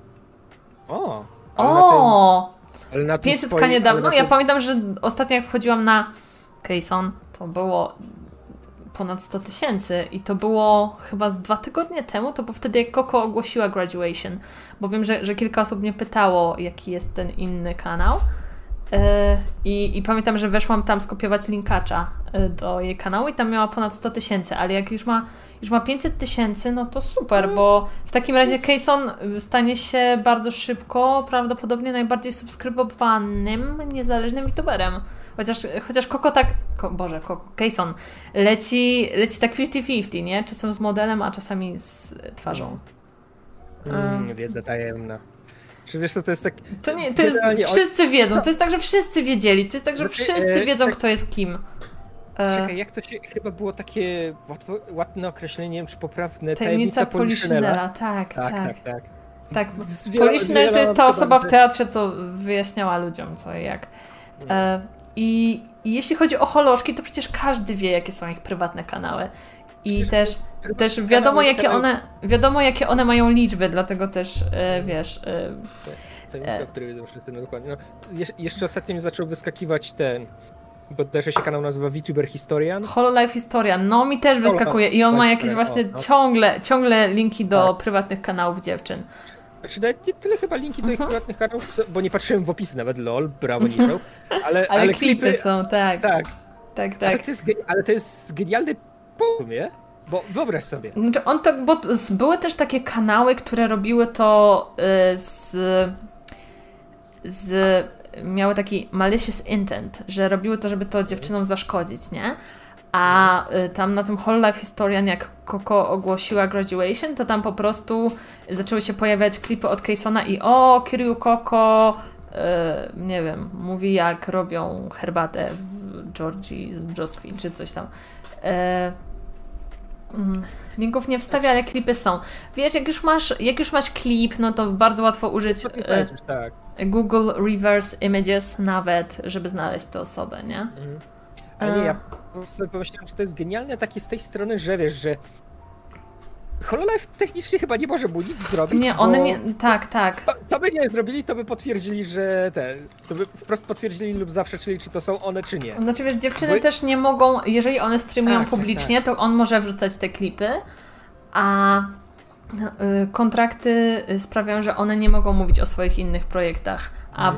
Ale na 500k niedawno. Ja pamiętam, że ostatnio jak wchodziłam na Kayson, to było ponad 100 000 i to było chyba z 2 tygodnie temu, to było wtedy jak Koko ogłosiła Graduation, bo wiem, że kilka osób mnie pytało, jaki jest ten inny kanał I pamiętam, że weszłam tam skopiować linkacza do jej kanału i tam miała ponad 100 000, ale jak już ma 500 000, no to super, bo w takim razie Kayson stanie się bardzo szybko prawdopodobnie najbardziej subskrybowanym, niezależnym youtuberem. Chociaż Koko tak... Kayson leci tak 50-50, nie? Czasem z modelem, a czasami z twarzą. Wiedza tajemna. Czy wiesz co, to jest tak... To nie, to jest... Wszyscy wiedzą. To jest tak, że wszyscy wiedzieli. To jest tak, że wszyscy wiedzą, kto jest kim. Czekaj, jak to się... Chyba było takie ładne określenie, nie wiem, czy poprawne. Tajemnica Poliszynela. Tak. Tak, Poliszynel to jest ta osoba w teatrze, co wyjaśniała ludziom co i jak. I jeśli chodzi o holoszki, to przecież każdy wie, jakie są ich prywatne kanały. I też wiadomo, jakie one mają liczby, dlatego też, wiesz... Tajemnica, o której wiedzą wszyscy, no dokładnie. No, jeszcze ostatnio mi zaczął wyskakiwać ten... Bo też się kanał nazywa VTuber Historian. Hololive Historian, no mi też wyskakuje i on ma jakieś właśnie ciągle linki do prywatnych kanałów dziewczyn. Znaczy nawet nie tyle chyba linki do ich prywatnych kanałów, bo nie patrzyłem w opisy nawet, lol, brawo Nitro. Ale klipy są, tak. Ale to jest genialny pomysł, nie? Bo wyobraź sobie. Znaczy bo były też takie kanały, które robiły to miały taki malicious intent, że robiły to, żeby to dziewczynom zaszkodzić, nie? A tam na tym Hololive Historian, jak Koko ogłosiła graduation, to tam po prostu zaczęły się pojawiać klipy od Kaysona i Kiryu Koko, nie wiem, mówi jak robią herbatę w Georgii z brzoskwin, czy coś tam. Linków nie wstawię, ale klipy są. Wiesz, jak już masz klip, no to bardzo łatwo użyć Google Reverse Images nawet, żeby znaleźć tę osobę, nie? Ale nie, ja po prostu pomyślałem, że to jest genialne takie z tej strony, że wiesz, że Hololive technicznie chyba nie może mu nic zrobić. Nie, one nie... Tak. Co by nie zrobili, to by potwierdzili, że to by wprost potwierdzili lub zaprzeczyli, czy to są one, czy nie. Znaczy wiesz, dziewczyny też nie mogą, jeżeli one streamują publicznie, to on może wrzucać te klipy, a kontrakty sprawiają, że one nie mogą mówić o swoich innych projektach.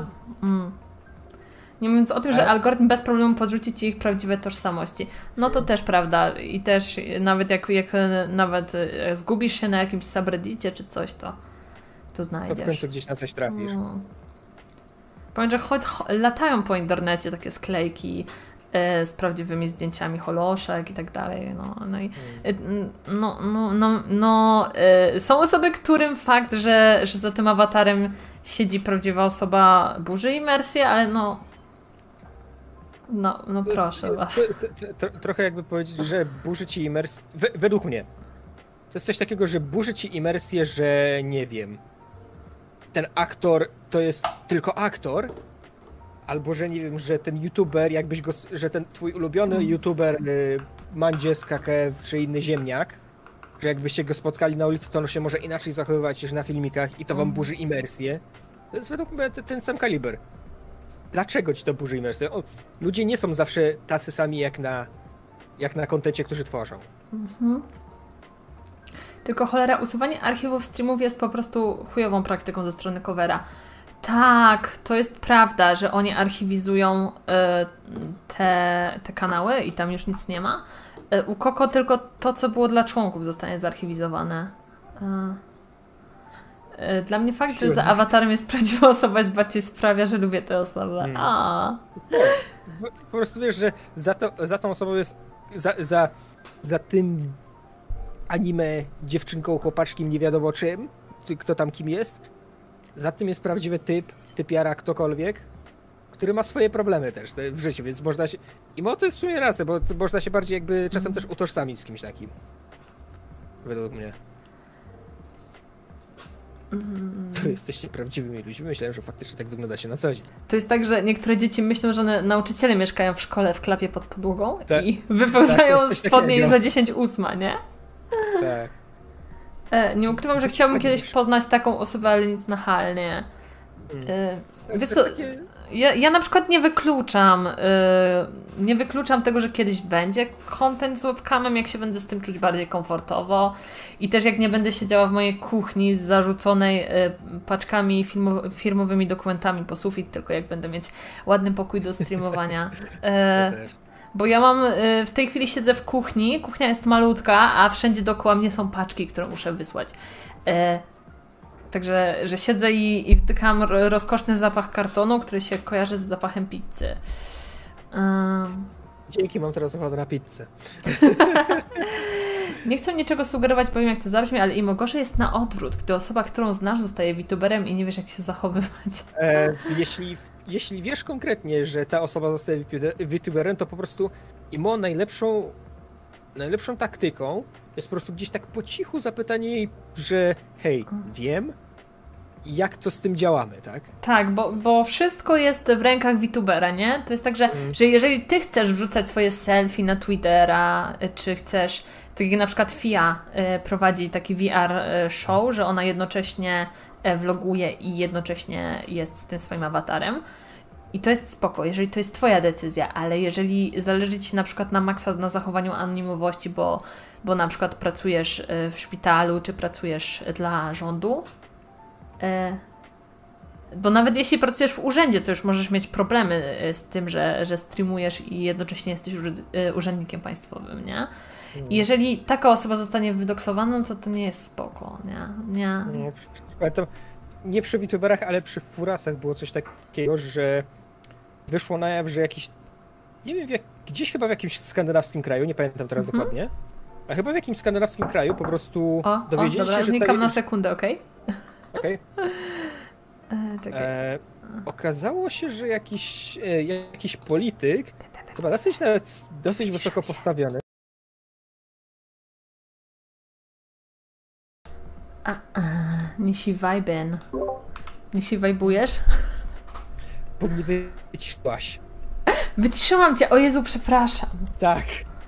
Nie mówiąc o tym, że algorytm bez problemu podrzuci ci ich prawdziwe tożsamości. No to też prawda. I też nawet jak nawet zgubisz się na jakimś subreddicie czy coś, to znajdziesz. To w końcu gdzieś na coś trafisz. Powiem, że latają po internecie takie sklejki z prawdziwymi zdjęciami holoszek i tak dalej. Są osoby, którym fakt, że za tym awatarem siedzi prawdziwa osoba, burzy imersję, ale proszę was. Trochę jakby powiedzieć, że burzy ci imersję. Według mnie. To jest coś takiego, że burzy ci imersję, że nie wiem. Ten aktor to jest tylko aktor. Albo że nie wiem, że ten youtuber, że ten twój ulubiony youtuber Mandzie z KKF czy inny ziemniak, że jakbyście go spotkali na ulicy, to on się może inaczej zachowywać niż na filmikach i to wam burzy imersję. To jest według mnie ten sam kaliber. Dlaczego ci to burzy imersję? Ludzie nie są zawsze tacy sami jak na kontencie, którzy tworzą. Tylko cholera, usuwanie archiwów streamów jest po prostu chujową praktyką ze strony Covera. Tak, to jest prawda, że oni archiwizują te kanały i tam już nic nie ma. U Koko tylko to, co było dla członków, zostanie zarchiwizowane. Dla mnie fakt, że za awatarem jest prawdziwa osoba, jest bardziej sprawia, że lubię tę osobę. Po prostu wiesz, że za tą osobą jest za tym anime dziewczynką, chłopaczkiem, nie wiadomo czym, kto tam kim jest. Za tym jest prawdziwy typiara, ktokolwiek, który ma swoje problemy też w życiu, więc można się... I to jest w sumie rację, bo można się bardziej jakby czasem też utożsamić z kimś takim. Według mnie. To jesteście prawdziwymi ludźmi. Myślałem, że faktycznie tak wyglądacie na co dzień. To jest tak, że niektóre dzieci myślą, że nauczyciele mieszkają w szkole w klapie pod podłogą i wypełzają spod niej za 10:08, nie? Tak. Nie ukrywam, że chciałabym kiedyś poznać taką osobę, ale nic nachalnie. Wiesz co, ja na przykład nie wykluczam tego, że kiedyś będzie content z webcamem, jak się będę z tym czuć bardziej komfortowo i też jak nie będę siedziała w mojej kuchni zarzuconej paczkami firmowymi dokumentami po sufit, tylko jak będę mieć ładny pokój do streamowania. Bo ja mam, w tej chwili siedzę w kuchni, kuchnia jest malutka, a wszędzie dookoła mnie są paczki, które muszę wysłać. Także, że siedzę i wtykam rozkoszny zapach kartonu, który się kojarzy z zapachem pizzy. Dzięki, mam teraz ochotę na pizzę. Nie chcę niczego sugerować, powiem jak to zabrzmi, ale im gorzej jest na odwrót, gdy osoba, którą znasz, zostaje VTuberem i nie wiesz jak się zachowywać. Jeśli wiesz konkretnie, że ta osoba zostaje VTuberem, to po prostu najlepszą taktyką jest po prostu gdzieś tak po cichu zapytanie jej, że hej, wiem, jak to z tym działamy, tak? Tak, bo wszystko jest w rękach VTubera, nie? To jest tak, że jeżeli ty chcesz wrzucać swoje selfie na Twittera, czy chcesz, tak jak na przykład Fia prowadzi taki VR show, że ona jednocześnie vloguje i jednocześnie jest z tym swoim awatarem. I to jest spoko, jeżeli to jest twoja decyzja, ale jeżeli zależy ci na przykład na maksa na zachowaniu anonimowości, bo na przykład pracujesz w szpitalu, czy pracujesz dla rządu, bo nawet jeśli pracujesz w urzędzie, to już możesz mieć problemy z tym, że streamujesz i jednocześnie jesteś urzędnikiem państwowym, nie? I jeżeli taka osoba zostanie wydoksowana, no to nie jest spoko, nie? Nie przy VTuberach, ale przy furasach było coś takiego, że wyszło na jaw, że jakiś, nie wiem, gdzieś chyba w jakimś skandynawskim kraju, nie pamiętam teraz dokładnie, a chyba w jakimś skandynawskim kraju po prostu dowiedzieli dobra, się, że... znikam na sekundę, okej? Okej. Czekaj. Okazało się, że jakiś polityk, chyba dosyć wysoko postawiony, Nisi viben. Nisi vibujesz? bo mnie wyciszyłaś. Wyciszyłam cię, o Jezu, przepraszam. Tak.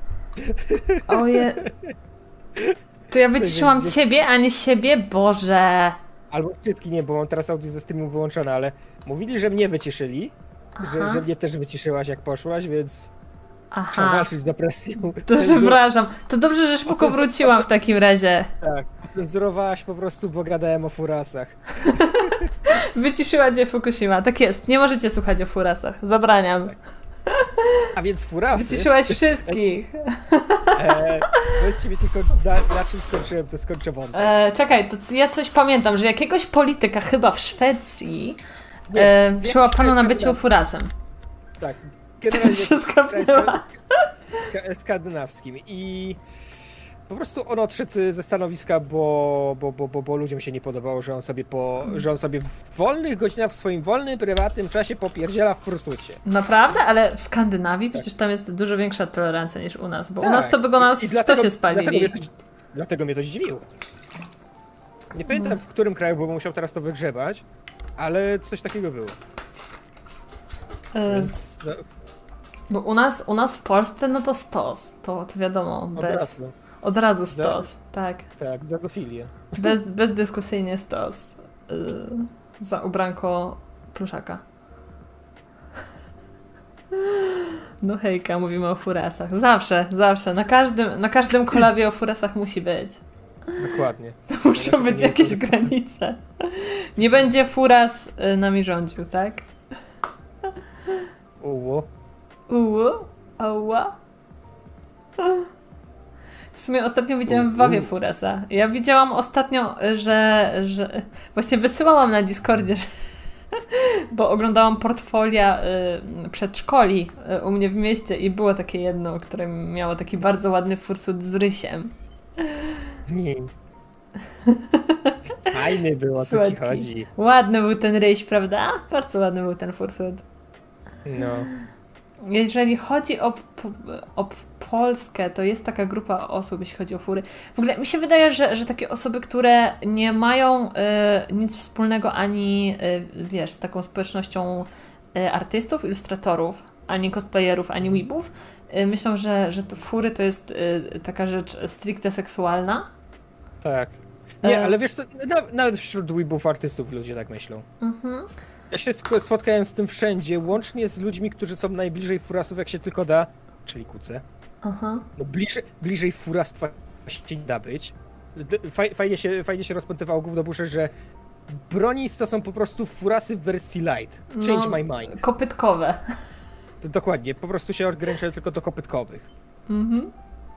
To ja wyciszyłam ciebie, a nie siebie? Boże. Albo wszystkich nie, bo mam teraz audio ze streamu wyłączone, ale mówili, że mnie wyciszyli, że mnie też wyciszyłaś jak poszłaś, więc trzeba walczyć z depresją. To przepraszam. To dobrze, że szybko wróciłam w takim razie. Tak, cenzurowałaś po prostu, bo gadałem o furasach. Wyciszyła cię Fukushima, tak jest. Nie możecie słuchać o furasach. Zabraniam. A więc furasy... Wyciszyłaś wszystkich. Powiedzcie mi tylko, na czym skończyłem, to skończę wątek. Czekaj, to ja coś pamiętam, że jakiegoś polityka chyba w Szwecji przyłapano na byciu furasem. Tak, generalnie się skapnęła. Skandynawskim i po prostu on odszedł ze stanowiska, bo ludziom się nie podobało, że on sobie w wolnych godzinach, w swoim wolnym, prywatnym czasie popierdziela w fursucie. Naprawdę? Ale w Skandynawii przecież tam jest dużo większa tolerancja niż u nas, bo u nas to by go na stosie spalili. Dlatego mnie to zdziwiło. Nie pamiętam w którym kraju, bo musiał teraz to wygrzebać, ale coś takiego było. Więc... Bo u nas w Polsce no to stos, to wiadomo, od razu stos, tak. Tak, za zofilię. Bezdyskusyjnie stos. Za ubranko pluszaka. No hejka, mówimy o furasach. Zawsze. Na każdym kolabie o furasach musi być. Dokładnie. Muszą być jakieś granice. Nie będzie furas nami rządził, tak? Ała. W sumie ostatnio widziałam w Wawie furasa. Ja widziałam ostatnio, że właśnie wysyłałam na Discordzie, bo oglądałam portfolia przedszkoli u mnie w mieście i było takie jedno, które miało taki bardzo ładny fursut z rysiem. Nie. Fajny było, o co ci chodzi. Ładny był ten ryś, prawda? Bardzo ładny był ten fursut. No. Jeżeli chodzi o Polskę, to jest taka grupa osób, jeśli chodzi o fury. W ogóle mi się wydaje, że takie osoby, które nie mają nic wspólnego ani, wiesz, z taką społecznością artystów, ilustratorów, ani cosplayerów, ani weebów, myślą, że to fury to jest taka rzecz stricte seksualna. Tak. Nie, ale wiesz co, nawet wśród weebów artystów ludzie tak myślą. Ja się spotkałem z tym wszędzie, łącznie z ludźmi, którzy są najbliżej furasów, jak się tylko da, czyli kuce. Aha. No bliżej furastwa się nie da być. Fajnie się rozpętywało gówno busze, że broni to są po prostu furasy w wersji light. Change my mind. Kopytkowe. Dokładnie, po prostu się ograniczają tylko do kopytkowych. Mhm.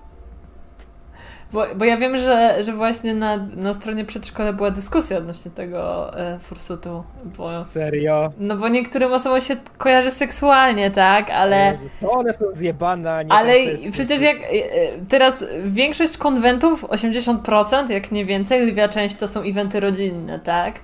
Bo ja wiem, że właśnie na stronie przedszkola była dyskusja odnośnie tego fursutu. Serio? No bo niektórym osobom się kojarzy seksualnie, tak? Ale... To one są zjebane, nie. Ale przecież jak teraz większość konwentów, 80%, jak nie więcej, lwia część to są eventy rodzinne, tak?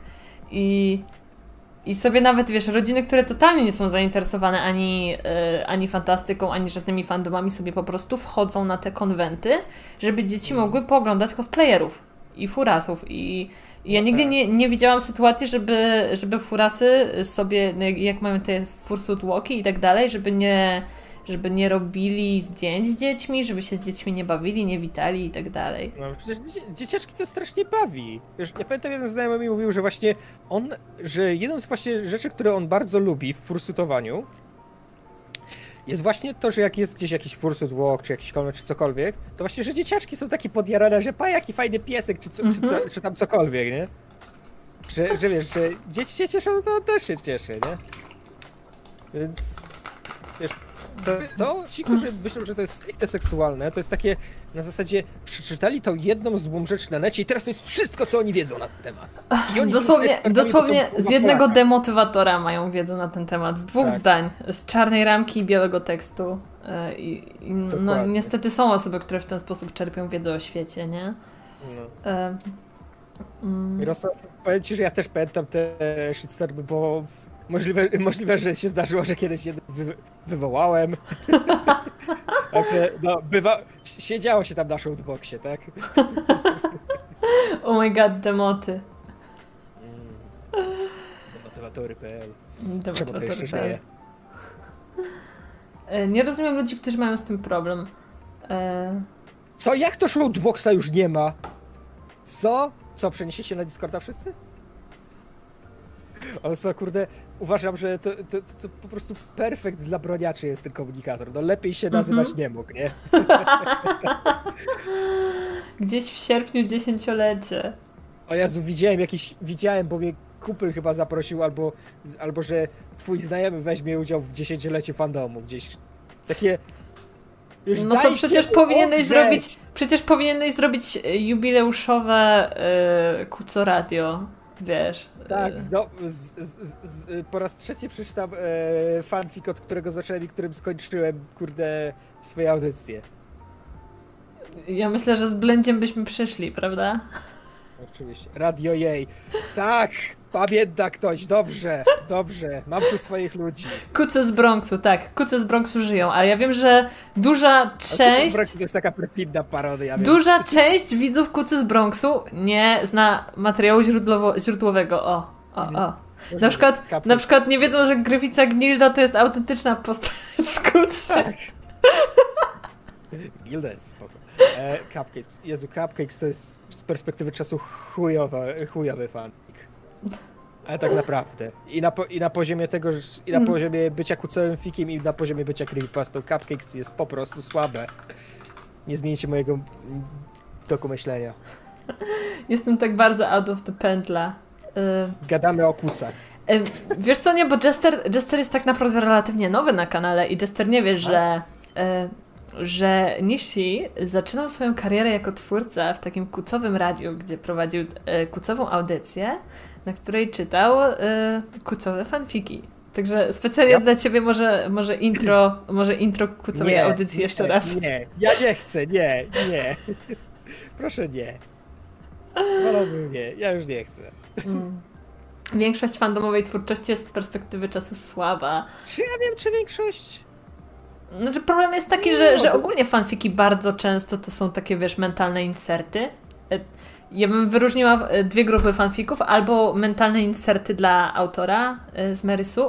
I sobie nawet, wiesz, rodziny, które totalnie nie są zainteresowane ani fantastyką, ani żadnymi fandomami, sobie po prostu wchodzą na te konwenty, żeby dzieci mogły pooglądać cosplayerów i furasów. I ja nigdy nie widziałam sytuacji, żeby furasy sobie, jak mają te fursuit walki i tak dalej, żeby nie robili zdjęć z dziećmi, żeby się z dziećmi nie bawili, nie witali i tak dalej. No przecież dzieciaczki to strasznie bawi. Wiesz, ja pamiętam, jeden znajomy mi mówił, że właśnie że jedną z właśnie rzeczy, które on bardzo lubi w fursuitowaniu, jest właśnie to, że jak jest gdzieś jakiś fursuit walk, czy jakiś konwent, czy cokolwiek, to właśnie, że dzieciaczki są takie podjarane, że jaki fajny piesek, czy tam cokolwiek, nie? Że wiesz, że dzieci się cieszą, to on też się cieszy, nie? Więc wiesz, to ci, którzy myślą, że to jest stricte seksualne, to jest takie na zasadzie przeczytali tą jedną złą rzecz na necie i teraz to jest wszystko, co oni wiedzą na ten temat. I oni dosłownie z jednego demotywatora mają wiedzę na ten temat, z dwóch zdań, z czarnej ramki i białego tekstu. No niestety są osoby, które w ten sposób czerpią wiedzę o świecie, nie? No. Mirosław, powiem ci, że ja też pamiętam te shitstormy, bo możliwe, że się zdarzyło, że kiedyś je wywołałem. Także, no, siedziało się tam na shoutboxie, tak? Oh my god, demoty. Demotywatory.pl. Czemu to jeszcze żyje? Nie rozumiem ludzi, którzy mają z tym problem. Co? Jak to shoutboxa już nie ma? Co? Co, przeniesiecie na Discorda wszyscy? Ale co, kurde, uważam, że to po prostu perfekt dla broniaczy jest ten komunikator. No lepiej się nazywać nie mógł, nie? Gdzieś w sierpniu 10-lecie. O Jezu, widziałem, bo mnie kumpel chyba zaprosił, albo że twój znajomy weźmie udział w 10-leciu fandomu gdzieś. Takie... No to przecież powinieneś zrobić jubileuszowe Kuco Radio, wiesz. Tak, po raz trzeci przeczytam fanfic, od którego zacząłem i którym skończyłem, kurde, swoje audycje. Ja myślę, że z Blędziem byśmy przyszli, prawda? Oczywiście. Radio jej. Tak! Pamięta ktoś, dobrze, mam tu swoich ludzi. Kuce z Bronxu, tak, kuce z Bronxu żyją, ale ja wiem, że duża część... To jest taka perfidna parodia. Duża część widzów Kucy z Bronxu nie zna materiału źródłowego, Na przykład nie wiedzą, że Gryfica Gnilda to jest autentyczna postać z Kucy. Tak. Gnilda jest spoko. Cupcakes. Jezu, Cupcakes to jest z perspektywy czasu chujowy fanfic. Ale tak naprawdę. I na poziomie tego, i na poziomie bycia kucowym fikiem, i na poziomie bycia creepypastą, Cupcakes jest po prostu słabe. Nie zmienicie mojego toku myślenia. Jestem tak bardzo out of the pętla. Gadamy o kucach. Wiesz co, nie, bo Jester jest tak naprawdę relatywnie nowy na kanale i Jester nie wie, że Nishi zaczynał swoją karierę jako twórca w takim kucowym radiu, gdzie prowadził kucową audycję, na której czytał kucowe fanfiki. Także specjalnie dla ciebie może intro kucowej audycji jeszcze raz. Nie, ja nie chcę, nie. Proszę nie. Wolałbym nie, ja już nie chcę. Większość fandomowej twórczości jest z perspektywy czasu słaba. Czy ja wiem, czy większość... Znaczy problem jest taki, że ogólnie fanfiki bardzo często to są takie, wiesz, mentalne inserty. Ja bym wyróżniła dwie grupy fanfików, albo mentalne inserty dla autora z Merysu,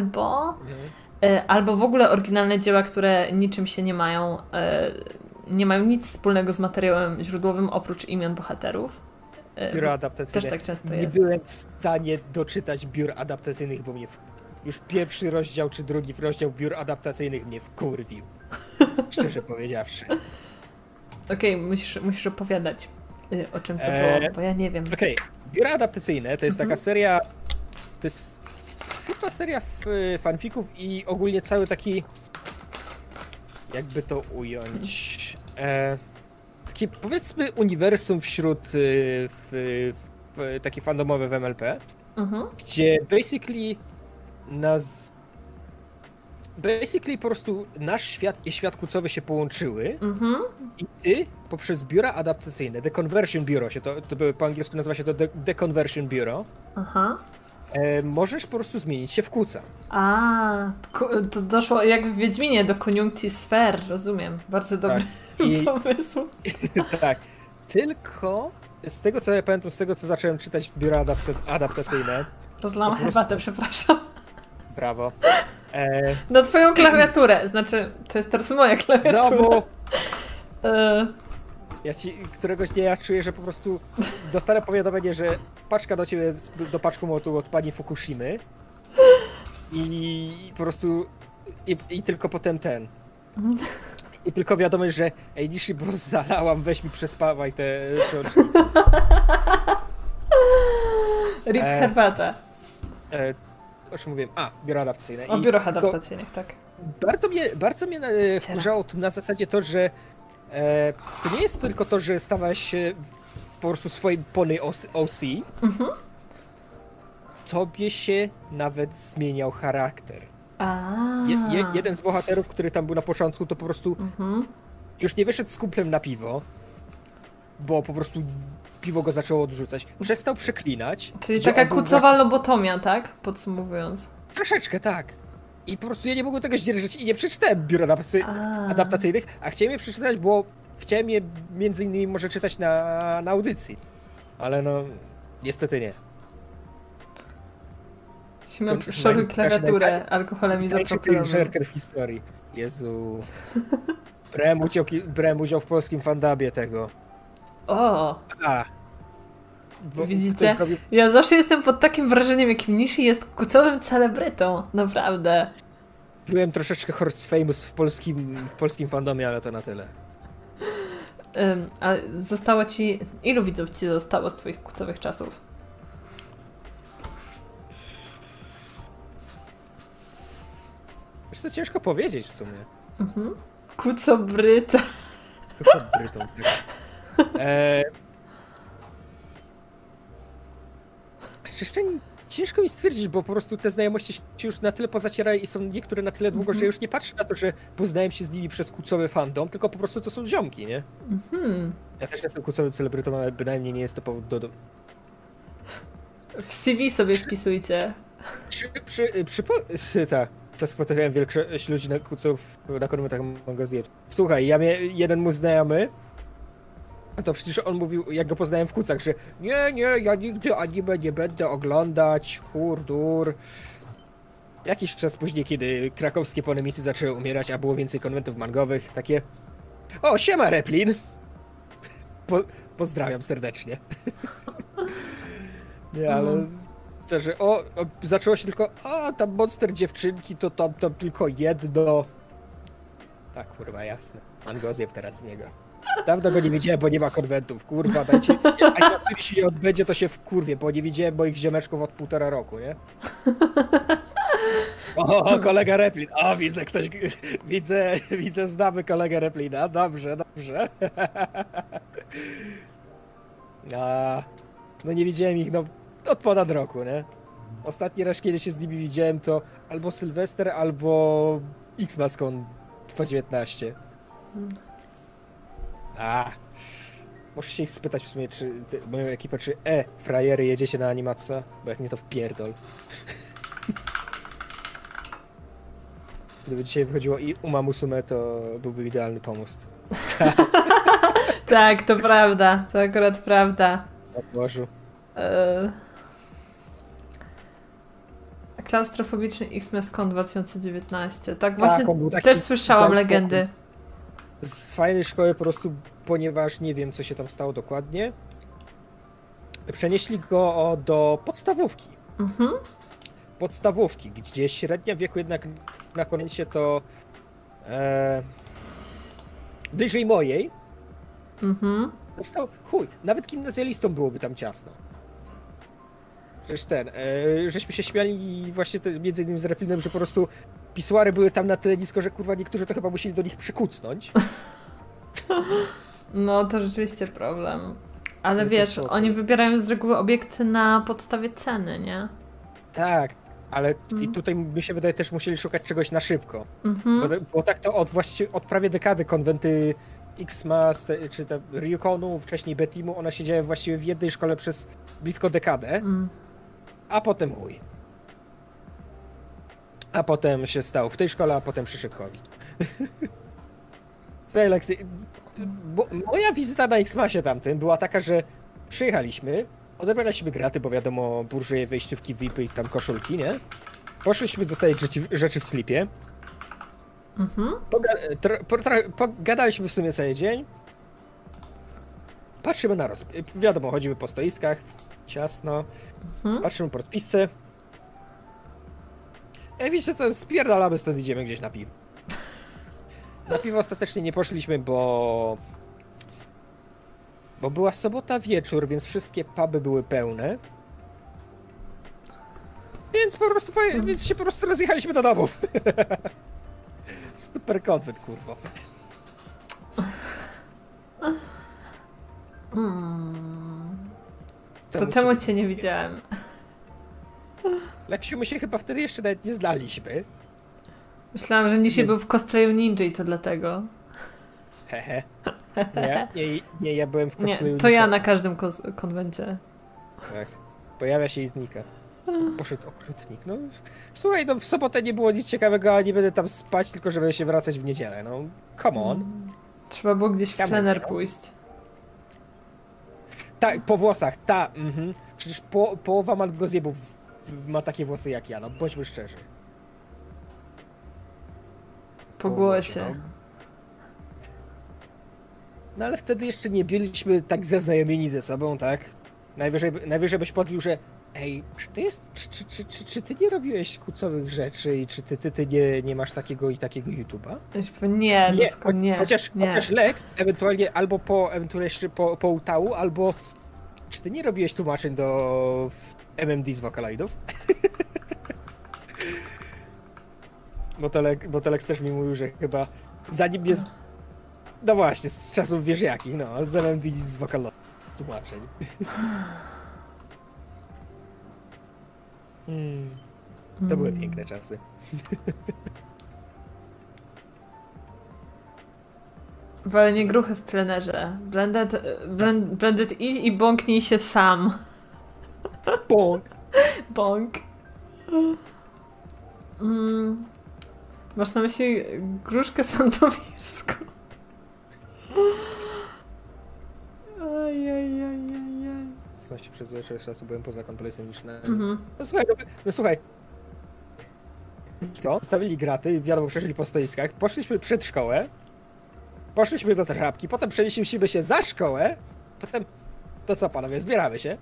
albo w ogóle oryginalne dzieła, które niczym się nie mają nic wspólnego z materiałem źródłowym oprócz imion bohaterów. Biuro adaptacyjne. Też tak często nie jest. byłem w stanie doczytać biur adaptacyjnych, bo już pierwszy rozdział czy drugi rozdział biur adaptacyjnych mnie wkurwił. Szczerze powiedziawszy. Okej, musisz opowiadać, o czym to było, bo ja nie wiem. Okej, biura adaptacyjne to jest taka seria, to jest chyba seria fanfików i ogólnie cały taki, jakby to ująć, takie powiedzmy uniwersum wśród takie fandomowe w MLP, gdzie basically po prostu nasz świat i świat kucowy się połączyły i ty poprzez biura adaptacyjne, The Conversion Bureau to po angielsku nazywa się to The Conversion Bureau, możesz po prostu zmienić się w kuca. To doszło jak w Wiedźminie do Koniunkcji Sfer, rozumiem. Bardzo dobry pomysł. Tak, tylko z tego co ja pamiętam, z tego co zacząłem czytać biura adaptacyjne. Rozlałam herbatę, przepraszam. Brawo. Na twoją klawiaturę, znaczy to jest teraz moja klawiatura. Znowu! Któregoś dnia ja czuję, że po prostu dostanę powiadomienie, że paczka do ciebie do paczkomatu od pani Fukushimy i po prostu i tylko potem i tylko wiadomość, że ej Nishi, bo zalałam, weź mi przespawaj te przełączniki. Rip herbata. O czym mówiłem? Biuro adaptacyjne. O biurach adaptacyjnych, tak. Bardzo mnie wkurzało na zasadzie to, że to nie jest tylko to, że stawałeś się po prostu swoim pony OC. Tobie się nawet zmieniał charakter. Jeden z bohaterów, który tam był na początku, to po prostu już nie wyszedł z kumplem na piwo, bo po prostu piwo go zaczęło odrzucać. Przestał przeklinać. Czyli taka kucowa lobotomia, tak? Podsumowując. Troszeczkę, tak. I po prostu ja nie mogłem tego zdzierżyć i nie przeczytałem biur adaptacyjnych, a chciałem je przeczytać, bo chciałem je między innymi może czytać na audycji. Ale no, niestety nie. Szoruj klawiaturę alkoholem izopropylonym. Żerker w historii. Jezu. Brałem udział w polskim fandabie tego. Widzicie? Ja zawsze jestem pod takim wrażeniem, jakim Nishi jest kucowym celebrytą. Naprawdę. Byłem troszeczkę Horse Famous w polskim fandomie, ale to na tyle. A zostało ci... Ilu widzów ci zostało z twoich kucowych czasów? Wiesz co, ciężko powiedzieć w sumie. Kucobryta. Kucobrytą. Szczerze ciężko mi stwierdzić, bo po prostu te znajomości się już na tyle pozacierają i są niektóre na tyle długo, że już nie patrzę na to, że poznałem się z nimi przez kucowy fandom, tylko po prostu to są ziomki, nie? Ja też jestem kucowym celebrytą, ale bynajmniej nie jest to powód do... W CV sobie wpisujcie. Tak. Spotykałem większość ludzi na kuców na konwentach magazynów. Słuchaj, jeden mój znajomy, to przecież on mówił, jak go poznałem w kucach, że nie, ja nigdy anime nie będę oglądać, hurdur. Jakiś czas później, kiedy krakowskie ponemity zaczęły umierać, a było więcej konwentów mangowych, takie o, siema Replin! Pozdrawiam serdecznie. Nie, ale... Że zaczęło się tylko, tam monster dziewczynki, to tam tylko jedno. Tak, kurwa, jasne. Mangozjeb teraz z niego. Dawno go nie widziałem, bo nie ma konwentów, kurwa, dajcie. A jak coś się nie odbędzie, to się wkurwię, bo nie widziałem moich ziomeczków od 1,5 roku, nie? O, kolega Replin. Widzę ktoś, widzę, znamy kolegę Replina. Dobrze. No nie widziałem ich, od ponad roku, nie? Ostatni raz, kiedy się z nimi widziałem, to albo Sylwester, albo X-Mascon 2019. Muszę się ich spytać w sumie, czy moją ekipę, czy frajery, jedziecie na animację? Bo jak nie, to wpierdol. Gdyby dzisiaj wychodziło i Uma Musume, to byłby idealny pomost. Tak, to prawda. To akurat prawda. Na Bożu. Klaustrofobiczny X-Mascon 2019. Tak, właśnie też słyszałam legendy. Z fajnej szkoły po prostu, ponieważ nie wiem, co się tam stało dokładnie. przenieśli go do podstawówki. Mhm. Podstawówki, gdzie średnia wieku jednak na konwencie to bliżej mojej. Mhm. Został, chuj, nawet gimnazjalistą byłoby tam ciasno. Przecież żeśmy się śmiali właśnie między innymi z Repilem, że po prostu pisuary były tam na tyle nisko, że kurwa niektórzy to chyba musieli do nich przykucnąć. No to rzeczywiście problem. Ale No wiesz, oni wybierają z reguły obiekty na podstawie ceny, nie? Tak, ale i tutaj mi się wydaje też musieli szukać czegoś na szybko. Mhm. Bo tak to od prawie dekady konwenty X-Mas, czy te Ryukonu, wcześniej Betimu, one siedziały właściwie w jednej szkole przez blisko dekadę, a potem chuj. A potem się stał w tej szkole, a potem przyszedł COVID. Słuchaj, Lexi, moja wizyta na X-Masie tamtym była taka, że przyjechaliśmy, odebraliśmy graty, bo wiadomo, burżuje, wejściówki, VIP-y i tam koszulki, nie? Poszliśmy zostawić rzeczy w slipie. Mhm. Pogadaliśmy w sumie cały dzień. Patrzymy na wiadomo, chodzimy po stoiskach, ciasno. Patrzymy po rozpisce. Wiecie co, spierdalamy stąd, idziemy gdzieś na piwo. Na piwo ostatecznie nie poszliśmy, bo była sobota wieczór, więc wszystkie puby były pełne. Więc się po prostu rozjechaliśmy do domów. Super konwent, kurwo. To temu cię nie widziałem. Leksiu, my się chyba wtedy jeszcze nawet nie znaliśmy. Myślałam, że Nishi był w cosplayu ninja i to dlatego. Hehe. Nie, ja byłem w cosplayu. Nie, to ja na każdym konwencie. Tak. Pojawia się i znika. Poszedł okrutnik. No, słuchaj, no w sobotę nie było nic ciekawego, a nie będę tam spać, tylko żeby się wracać w niedzielę. No, come on. Trzeba było gdzieś w plener pójść. Tak, po włosach, Przecież połowa malgozjebów ma takie włosy jak ja, no bądźmy szczerzy. Po głosie. No ale wtedy jeszcze nie byliśmy tak zaznajomieni ze sobą, tak? Najwyżej byś podbił, że ej, czy ty nie robiłeś kucowych rzeczy i czy ty nie masz takiego i takiego YouTube'a? Nie, nie. Chociaż Lex, ewentualnie albo po Utału, albo czy ty nie robiłeś tłumaczeń do MMD z Vocaloidów? Bo to Lex też mi mówił, że chyba zanim jest... No właśnie, z czasów wiesz jakich, no, z MMD z Vocaloidów tłumaczeń. To były piękne czasy. Walenie gruchy w plenerze. Blended idź i bąknij się sam. Bąk. Bąk. Masz na myśli gruszkę sandomierską. Ajajajajaj. Właśnie przez większość czasu byłem poza komplektem niż na... No słuchaj. Co? Stawili graty, wiadomo, przeszli po stoiskach, poszliśmy przed szkołę, poszliśmy do Zachapki, potem przenieśliśmy się za szkołę, potem... To co, panowie, zbieramy się?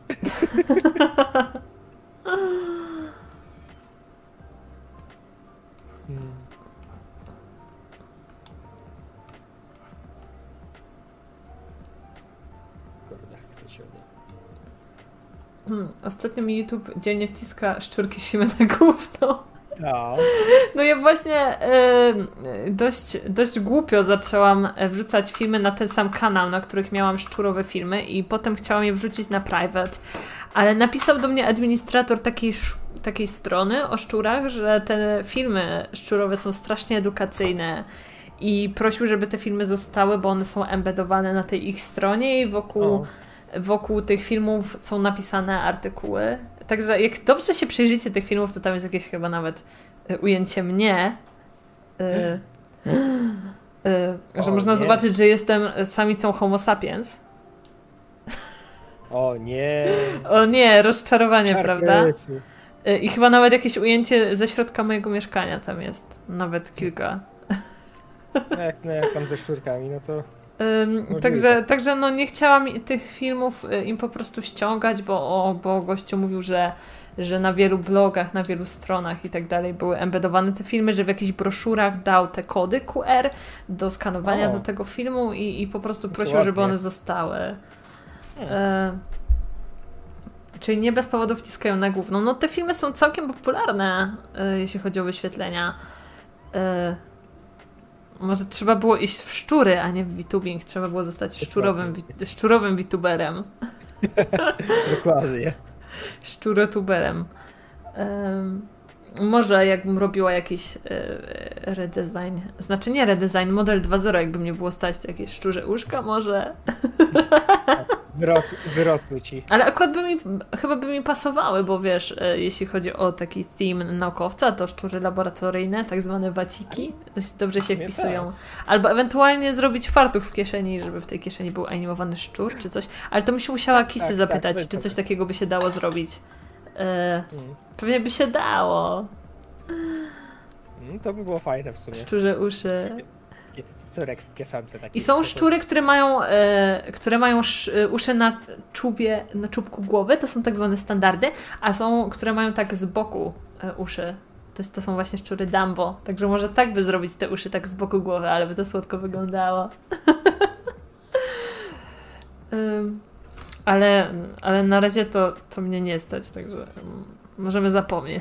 Ostatnio mi YouTube dzielnie wciska szczurki siły na gówno. No. No ja właśnie dość głupio zaczęłam wrzucać filmy na ten sam kanał, na których miałam szczurowe filmy i potem chciałam je wrzucić na private, ale napisał do mnie administrator takiej strony o szczurach, że te filmy szczurowe są strasznie edukacyjne i prosił, żeby te filmy zostały, bo one są embedowane na tej ich stronie i wokół tych filmów są napisane artykuły. Także jak dobrze się przyjrzycie tych filmów, to tam jest jakieś chyba nawet ujęcie mnie, że można zobaczyć, że jestem samicą homo sapiens. O nie. O nie, rozczarowanie, prawda? I chyba nawet jakieś ujęcie ze środka mojego mieszkania tam jest. Nawet kilka. No jak tam ze szczurkami, no to... Także no nie chciałam tych filmów im po prostu ściągać, bo gościu mówił, że na wielu blogach, na wielu stronach i tak dalej były embedowane te filmy, że w jakichś broszurach dał te kody QR do skanowania do tego filmu i po prostu prosił, żeby one zostały. Czyli nie bez powodu wciskają na główną. No te filmy są całkiem popularne, jeśli chodzi o wyświetlenia. Może trzeba było iść w szczury, a nie w VTubing. Trzeba było zostać szczurowym VTuberem. Dokładnie. Szczurotuberem. Może jakbym robiła jakiś redesign, znaczy nie redesign, model 2.0, jakby mnie było stać, to jakieś szczurze uszka może. Wyrosły ci. Ale akurat chyba by mi pasowały, bo wiesz, jeśli chodzi o taki theme naukowca, to szczury laboratoryjne, tak zwane waciki, dość dobrze się wpisują. Tak. Albo ewentualnie zrobić fartuch w kieszeni, żeby w tej kieszeni był animowany szczur czy coś. Ale to bym się musiała Kisy zapytać, czy coś takiego by się dało zrobić. Pewnie by się dało. To by było fajne w sumie. Szczurze uszy. Szczurek w kiesance taki. I są szczury, które mają uszy na czubku głowy, to są tak zwane standardy, a są, które mają tak z boku uszy. To są właśnie szczury Dumbo. Także może tak by zrobić te uszy tak z boku głowy, ale by to słodko wyglądało. Ale na razie to mnie nie stać, także możemy zapomnieć.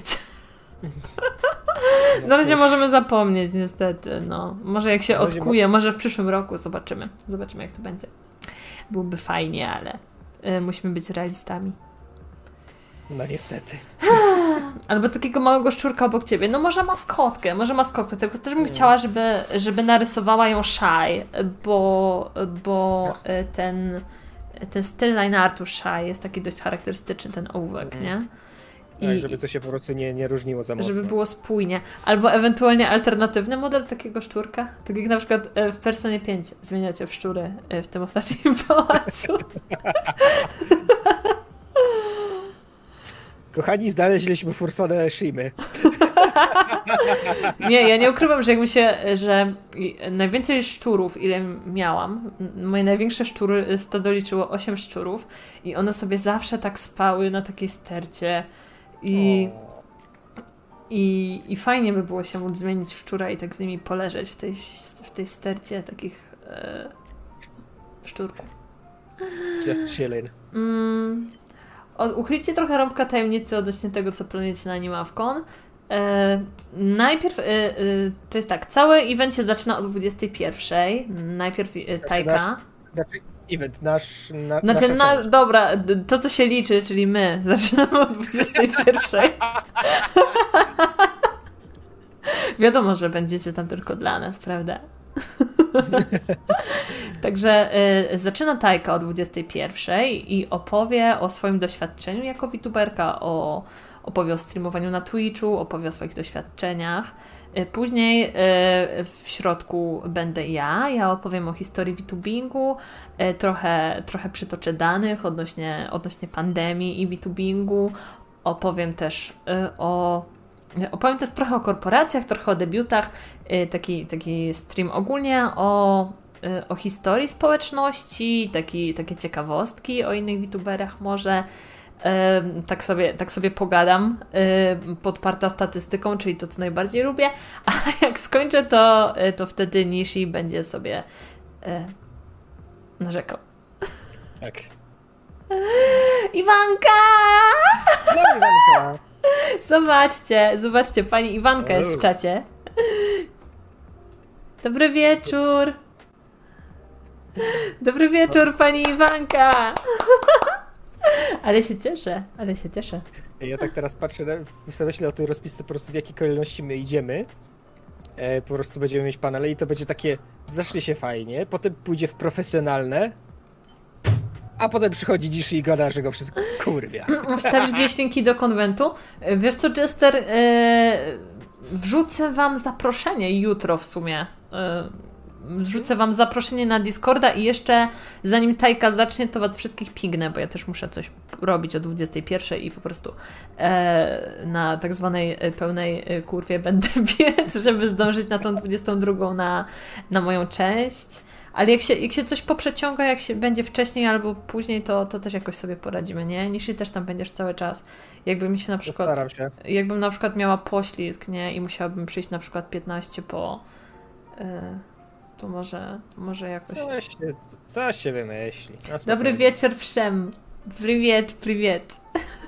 Na razie możemy zapomnieć niestety. No. Może jak się odkuje, może w przyszłym roku zobaczymy. Zobaczymy jak to będzie. Byłoby fajnie, ale musimy być realistami. No niestety. Albo takiego małego szczurka obok ciebie. No może maskotkę, tylko też bym chciała, żeby narysowała ją Shy, bo ten styl line artu Shy jest taki dość charakterystyczny, ten ołówek, nie? Tak, żeby to się po prostu nie różniło za mocno. Żeby było spójnie. Albo ewentualnie alternatywny model takiego szczurka. Tak jak na przykład w Personie 5 zmieniacie w szczury w tym ostatnim pałacu. Kochani, znaleźliśmy Fursonę Shimy. Nie, ja nie ukrywam, że najwięcej szczurów, ile miałam, moje największe szczury, stado liczyło 8 szczurów i one sobie zawsze tak spały na takiej stercie i fajnie by było się móc zmienić w szczura i tak z nimi poleżeć w tej stercie takich szczurków. Just chillin'. Uchylicie trochę rąbka tajemnicy odnośnie tego, co planujecie na Animavcon. Najpierw to jest tak, cały event się zaczyna o 21:00. Najpierw Tajka. Event dobra, to co się liczy, czyli my zaczynamy o 21:00. Wiadomo, że będziecie tam tylko dla nas, prawda? Także zaczyna Tajka o 21:00 i opowie o swoim doświadczeniu jako VTuberka, opowie o streamowaniu na Twitchu, opowie o swoich doświadczeniach. Później w środku będę ja opowiem o historii VTubingu, trochę przytoczę danych odnośnie pandemii i VTubingu, opowiem też trochę o korporacjach, trochę o debiutach, taki stream ogólnie o historii społeczności, takie ciekawostki o innych VTuberach może. Tak sobie pogadam, podparta statystyką, czyli to, co najbardziej lubię, a jak skończę, to wtedy Nishi będzie sobie narzekał. Tak. Iwanka! No, Iwanka! Zobaczcie, pani Iwanka jest w czacie. Dobry wieczór! Dobry wieczór, pani Iwanka! Ale się cieszę. Ja tak teraz patrzę, myślę o tej rozpisce, po prostu w jakiej kolejności my idziemy. Po prostu będziemy mieć panele i to będzie takie, zacznie się fajnie, potem pójdzie w profesjonalne, a potem przychodzi dziś i gada, że go wszystko kurwia. Wstawisz gdzieś linki do konwentu. Wiesz co, Jester, wrzucę wam zaproszenie jutro w sumie. Wrzucę wam zaproszenie na Discorda i jeszcze zanim Tajka zacznie, to was wszystkich pingnę, bo ja też muszę coś robić o 21:00 i po prostu na tak zwanej pełnej kurwie będę biec, żeby zdążyć na tą 22:00 na moją część. Ale jak się coś poprzeciąga, jak się będzie wcześniej albo później, to też jakoś sobie poradzimy, nie? Niż też tam będziesz cały czas. Jakby mi się na przykład... Postaram się. Jakbym na przykład miała poślizg, nie? I musiałabym przyjść na przykład 15 po... to może jakoś... Coś się wymyśli. Dobry wieczór wszem. Priwiet.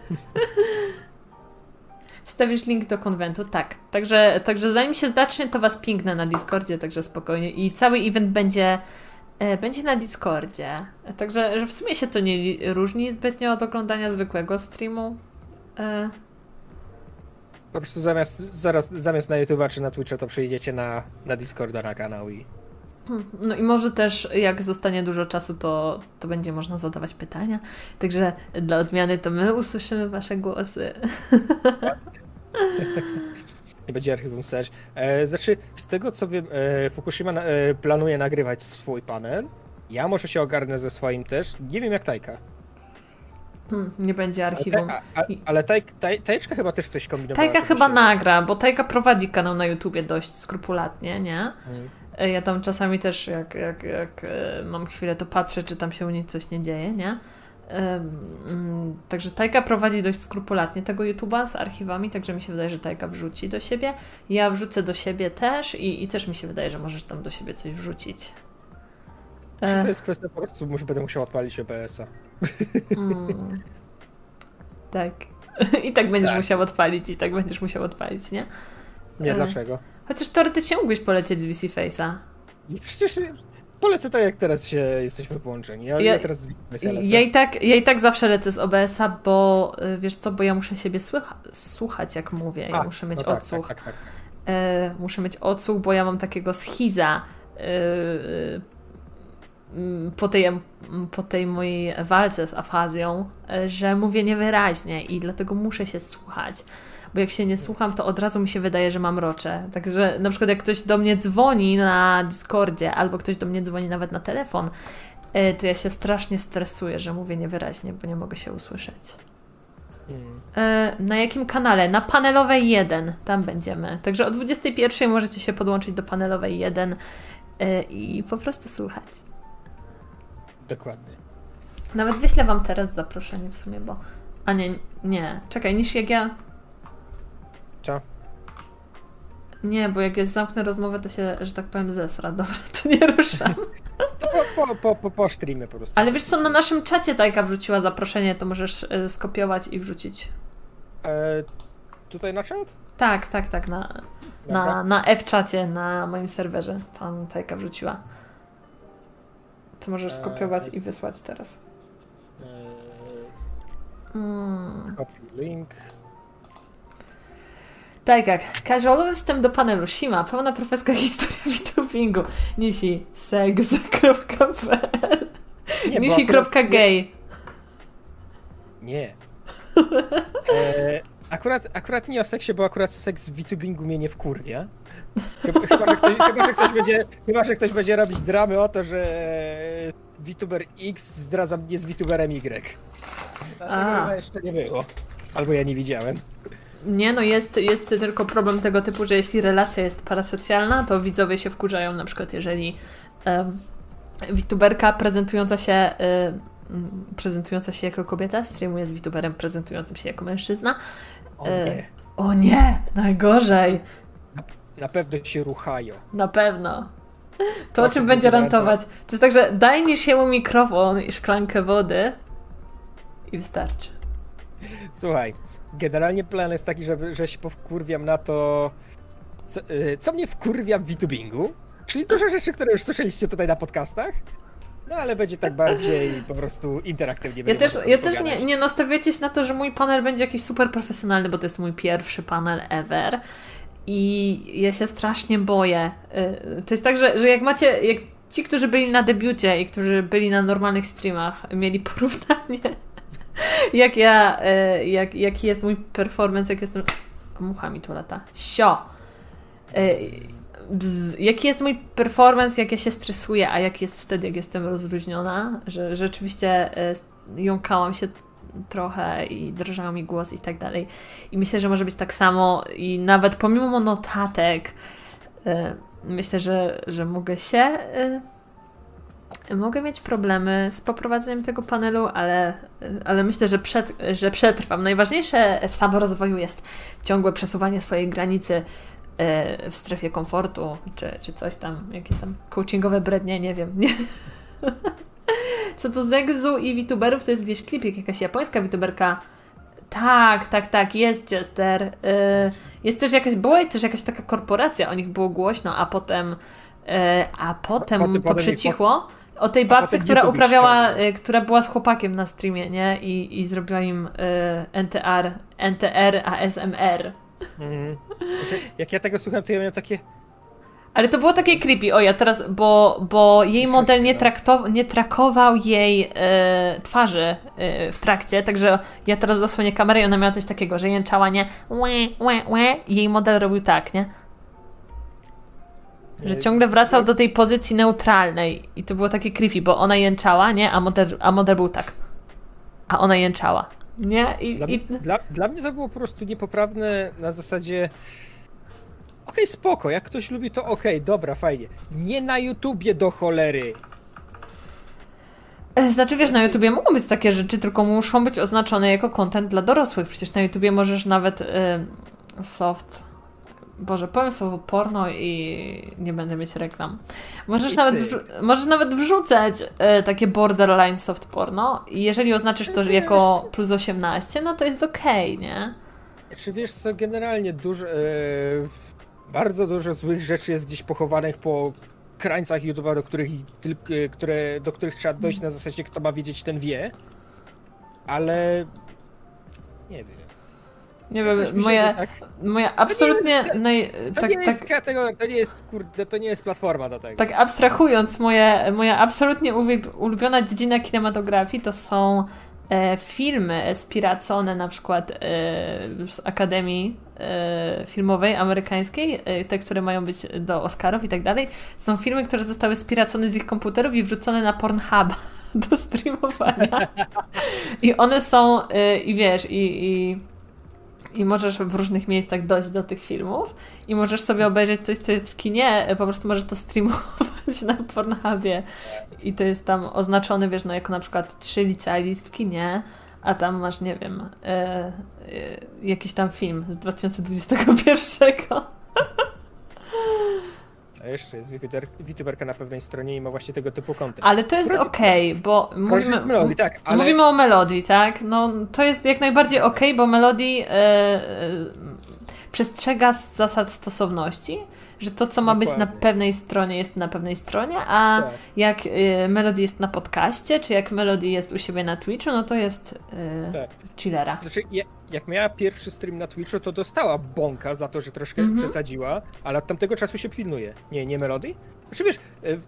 Wstawisz link do konwentu? Tak. Także zanim się zacznie, to was pingnę na Discordzie, także spokojnie. I cały event będzie na Discordzie. Także że w sumie się to nie różni zbytnio od oglądania zwykłego streamu. Po prostu zamiast na YouTube'a czy na Twitcha, to przyjdziecie na Discorda na kanał i... No i może też jak zostanie dużo czasu, to będzie można zadawać pytania. Także dla odmiany to my usłyszymy wasze głosy. Nie będzie archiwum search. Znaczy, z tego co wiem, Fukushima planuje nagrywać swój panel. Ja może się ogarnę ze swoim też. Nie wiem jak Tajka. Nie będzie archiwum. Ale Tajeczka chyba też coś kombinowała. Tajka chyba nagra, bo Tajka prowadzi kanał na YouTubie dość skrupulatnie, nie? Ja tam czasami też jak mam chwilę, to patrzę, czy tam się u niej coś nie dzieje, nie? Także Tajka prowadzi dość skrupulatnie tego YouTube'a z archiwami, także mi się wydaje, że Tajka wrzuci do siebie. Ja wrzucę do siebie też i też mi się wydaje, że możesz tam do siebie coś wrzucić. Czy to jest kwestia po prostu, może będę musiał odpalić OBS-a. Tak. I tak będziesz musiał odpalić, nie? Nie, dlaczego? Chociaż teoretycznie mógłbyś polecieć z VC Face'a. I przecież polecę tak, jak teraz jesteśmy połączeni. Ja teraz z VC Face'a lecę. Ja i tak zawsze lecę z OBS-a, bo wiesz co, bo ja muszę siebie słuchać, jak mówię. Ja muszę mieć odsłuch. Tak. Muszę mieć odsłuch, bo ja mam takiego schiza po tej mojej walce z afazją, że mówię niewyraźnie i dlatego muszę się słuchać. Bo jak się nie słucham, to od razu mi się wydaje, że mam rocze. Także na przykład jak ktoś do mnie dzwoni na Discordzie albo ktoś do mnie dzwoni nawet na telefon, to ja się strasznie stresuję, że mówię niewyraźnie, bo nie mogę się usłyszeć. Na jakim kanale? Na panelowej 1. Tam będziemy. Także o 21 możecie się podłączyć do panelowej 1 i po prostu słuchać. Dokładnie. Nawet wyślę wam teraz zaproszenie w sumie, bo... A nie. Czekaj, niż jak ja... Co? Nie, bo jak ja zamknę rozmowę, to się, że tak powiem, zesra. Dobra, to nie ruszam. Po streamie po prostu. Ale wiesz co, na naszym czacie Tajka wrzuciła zaproszenie, to możesz skopiować i wrzucić. Tutaj na czat? Tak, na F-czacie, na moim serwerze. Tam Tajka wrzuciła. To możesz skopiować i wysłać teraz. Copy link. Tak, casualowy wstęp do panelu. Sima, pełna profeska historia VTubingu. Nisi, sex.pl Nisi.gay Nie. Akurat nie o seksie, bo akurat seks w VTubingu mnie nie wkurwia. Chyba, że ktoś będzie robić dramy o to, że VTuber X zdradza mnie z VTuberem Y. A tego jeszcze nie było. Albo ja nie widziałem. Nie, no jest tylko problem tego typu, że jeśli relacja jest parasocjalna, to widzowie się wkurzają, na przykład jeżeli VTuberka prezentująca się jako kobieta streamuje z VTuberem prezentującym się jako mężczyzna. O nie, najgorzej. Na pewno się ruchają. Na pewno. To o czym będzie rantować? To jest tak, że daj Nishiemu mikrofon i szklankę wody i wystarczy. Słuchaj, generalnie plan jest taki, że się powkurwiam na to, co mnie wkurwia w VTubingu, czyli dużo rzeczy, które już słyszeliście tutaj na podcastach, no ale będzie tak bardziej po prostu interaktywnie. Ja też nie nastawiacie się na to, że mój panel będzie jakiś super profesjonalny, bo to jest mój pierwszy panel ever i ja się strasznie boję. To jest tak, że jak ci, którzy byli na debiucie i którzy byli na normalnych streamach, mieli porównanie jaki jest mój performance, jak jestem... Mucha mi tu lata. Jaki jest mój performance, jak ja się stresuję, a jak jest wtedy, jak jestem rozluźniona, że rzeczywiście jąkałam się trochę i drżał mi głos i tak dalej. I myślę, że może być tak samo i nawet pomimo notatek myślę, że mogę się mogę mieć problemy z poprowadzeniem tego panelu, ale myślę, że przetrwam. Najważniejsze w samorozwoju jest ciągłe przesuwanie swojej granicy w strefie komfortu, czy coś tam, jakieś tam coachingowe brednie, nie wiem. Co do Zegzu i VTuberów, to jest gdzieś klipik, jakaś japońska VTuberka. Tak, jest Jester. Była też jakaś taka korporacja, o nich było głośno, a potem to przycichło. O tej babce, która uprawiała, która była z chłopakiem na streamie, nie? I zrobiła im NTR ASMR. Jak ja tego słucham, to ja miałem takie... Ale to było takie creepy, bo jej model nie trakował jej twarzy w trakcie, także ja teraz zasłonię kamerę i ona miała coś takiego, że jęczała, nie? I jej model robił tak, nie? Że ciągle wracał do tej pozycji neutralnej i to było takie creepy, bo ona jęczała, nie? A model był tak. A ona jęczała, nie? Dla mnie to było po prostu niepoprawne na zasadzie okej, spoko, jak ktoś lubi to okej, dobra, fajnie. Nie na YouTubie do cholery. Znaczy wiesz, na YouTubie mogą być takie rzeczy, tylko muszą być oznaczone jako content dla dorosłych. Przecież na YouTubie możesz nawet powiem słowo porno i nie będę mieć reklam. Możesz nawet wrzucać takie borderline soft porno i jeżeli oznaczysz to jako plus 18, no to jest okej, nie? Czy wiesz co, generalnie bardzo dużo złych rzeczy jest gdzieś pochowanych po krańcach YouTube'a, do których trzeba dojść na zasadzie, kto ma wiedzieć, ten wie. Ale nie wiem. Nie wiem, moja absolutnie... To nie jest platforma do tego. Tak abstrahując, moja absolutnie ulubiona dziedzina kinematografii to są filmy spiracone na przykład z Akademii Filmowej amerykańskiej, te, które mają być do Oscarów i tak dalej. Są filmy, które zostały spiracone z ich komputerów i wrzucone na Pornhub do streamowania. I one są, i wiesz, i możesz w różnych miejscach dojść do tych filmów i możesz sobie obejrzeć coś, co jest w kinie, po prostu możesz to streamować na Pornhubie i to jest tam oznaczone, wiesz, no jako na przykład 3 licealistki, nie? A tam masz, nie wiem, jakiś tam film z 2021. A jeszcze jest VTuberka na pewnej stronie i ma właśnie tego typu content. Ale to jest okej, bo mówimy o Melody, tak? No to jest jak najbardziej okej, bo Melody przestrzega zasad stosowności, że to, co ma być na pewnej stronie, jest na pewnej stronie, a jak Melody jest na podcaście, czy jak Melody jest u siebie na Twitchu, no to jest chillera. Znaczy, jak miała pierwszy stream na Twitchu, to dostała bąka za to, że troszkę przesadziła, ale od tamtego czasu się pilnuje. Nie Melody? Znaczy wiesz,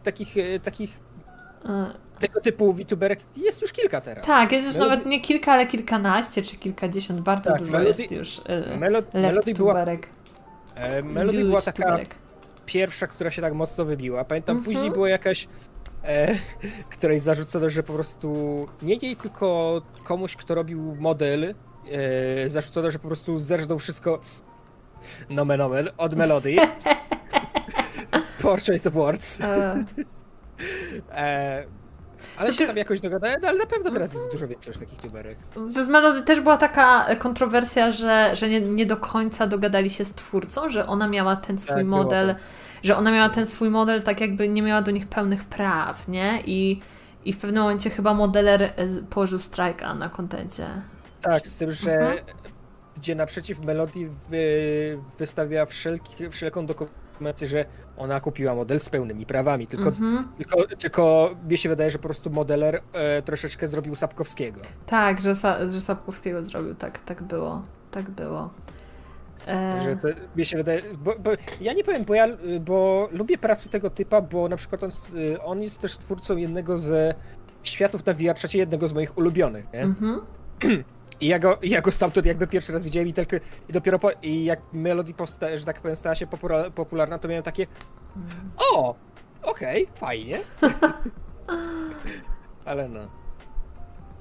tego typu VTuberek jest już kilka teraz. Tak, jest już nawet nie kilka, ale kilkanaście czy kilkadziesiąt, bardzo dużo jest już Melody VTuberek. Melody była taka pierwsza, która się tak mocno wybiła. Pamiętam, później była jakaś, której zarzucono, że po prostu nie jej, tylko komuś, kto robił model, zarzucono, że po prostu zerżnął wszystko nomen od Melody. Poor choice of words. Ale się tam jakoś dogadałem, ale na pewno teraz jest dużo więcej już takich tuberek. Z Melody też była taka kontrowersja, że nie do końca dogadali się z twórcą, że ona miała ten swój model, tak jakby nie miała do nich pełnych praw, nie? I w pewnym momencie chyba modeler położył strajka na kontencie. Tak, z tym, że gdzie naprzeciw Melody wystawia wszelką dokumentację, że ona kupiła model z pełnymi prawami, tylko mnie się wydaje, że po prostu modeler troszeczkę zrobił Sapkowskiego. Tak, że Sapkowskiego zrobił, tak było. Że to mnie się wydaje, bo ja nie powiem, bo lubię pracę tego typa, bo na przykład on jest też twórcą jednego ze światów na VR-czacie, jednego z moich ulubionych, nie? I ja go stamtąd jakby pierwszy raz widziałem i dopiero jak Melody że tak powiem, stała się popularna, to miałem takie okej, fajnie. Ale no.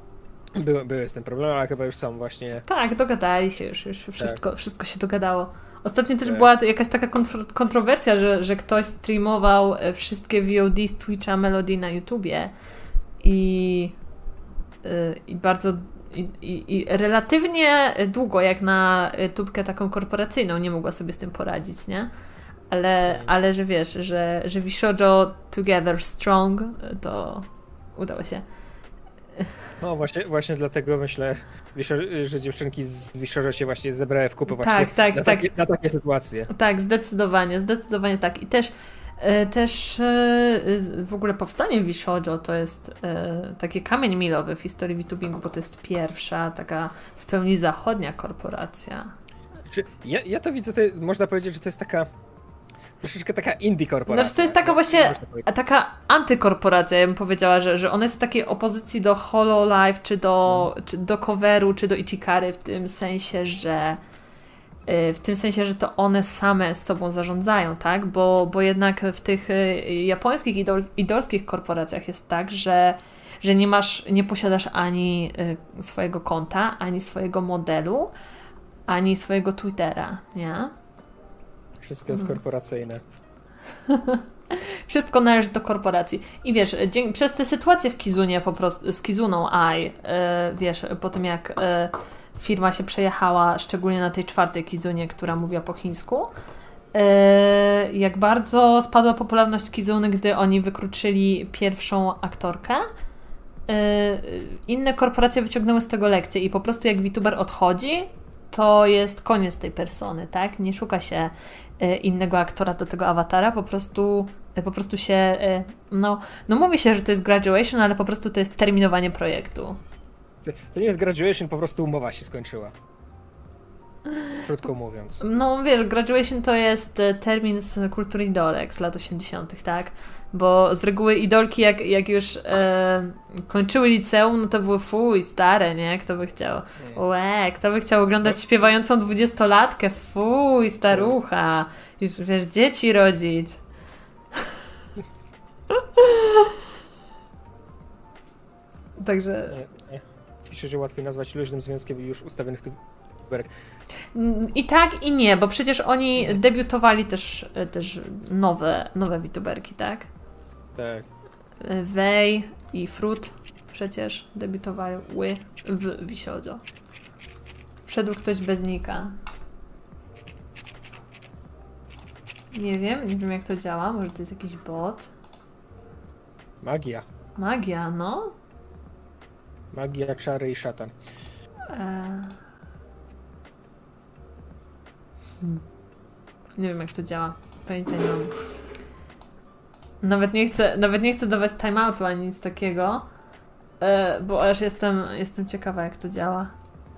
Były z tym problem, ale chyba już są właśnie... Tak, dogadali się już wszystko się dogadało. Ostatnio też była jakaś taka kontrowersja, że ktoś streamował wszystkie VOD z Twitcha Melody na YouTubie i bardzo i relatywnie długo, jak na tubkę taką korporacyjną, nie mogła sobie z tym poradzić, nie? Ale że wiesz, że Vishojo Together Strong, to udało się. No właśnie dlatego myślę, że dziewczynki z Vishojo się właśnie zebrały w kupę właśnie na takie sytuacje. Tak, zdecydowanie tak. I też w ogóle powstanie Vishojo to jest taki kamień milowy w historii VTubingu, bo to jest pierwsza taka w pełni zachodnia korporacja. Ja to widzę, można powiedzieć, że to jest taka troszeczkę taka indie korporacja. Znaczy to jest taka właśnie taka antykorporacja, ja bym powiedziała, że ona jest w takiej opozycji do Hololive, czy do Coveru, czy do Ichikary w tym sensie, że to one same z sobą zarządzają, tak? Bo jednak w tych japońskich idolskich korporacjach jest tak, że nie posiadasz ani swojego konta, ani swojego modelu, ani swojego Twittera, nie? Wszystko jest korporacyjne. Wszystko należy do korporacji. I wiesz, przez tę sytuację w Kizunie po prostu, z Kizuną Ai, wiesz, po tym jak firma się przejechała, szczególnie na tej czwartej Kizunie, która mówiła po chińsku, jak bardzo spadła popularność Kizuny, gdy oni wykluczyli pierwszą aktorkę. Inne korporacje wyciągnęły z tego lekcję i po prostu jak VTuber odchodzi, to jest koniec tej persony, tak? Nie szuka się innego aktora do tego awatara, po prostu się, no mówi się, że to jest graduation, ale po prostu to jest terminowanie projektu. To nie jest graduation, po prostu umowa się skończyła. Krótko mówiąc. No wiesz, graduation to jest termin z kultury idolek z lat 80., tak? Bo z reguły idolki jak już kończyły liceum, no to były fuj, stare, nie? Kto by chciał oglądać śpiewającą 20-latkę? Fuj, starucha. Już wiesz, dzieci rodzić. Także... Pisze, że łatwiej nazwać luźnym związkiem już ustawionych tych VTuberek. I tak, i nie, bo przecież oni debiutowali też nowe VTuberki, tak? Tak. Wei i Fruit przecież debiutowały w Vishojo. Wszedł ktoś bez nika. Nie wiem jak to działa, może to jest jakiś bot. Magia, no. Magia, czary i szatan. Nie wiem jak to działa. Pojęcia nie mam. Nawet nie chcę dawać timeoutu ani nic takiego, bo aż jestem ciekawa jak to działa.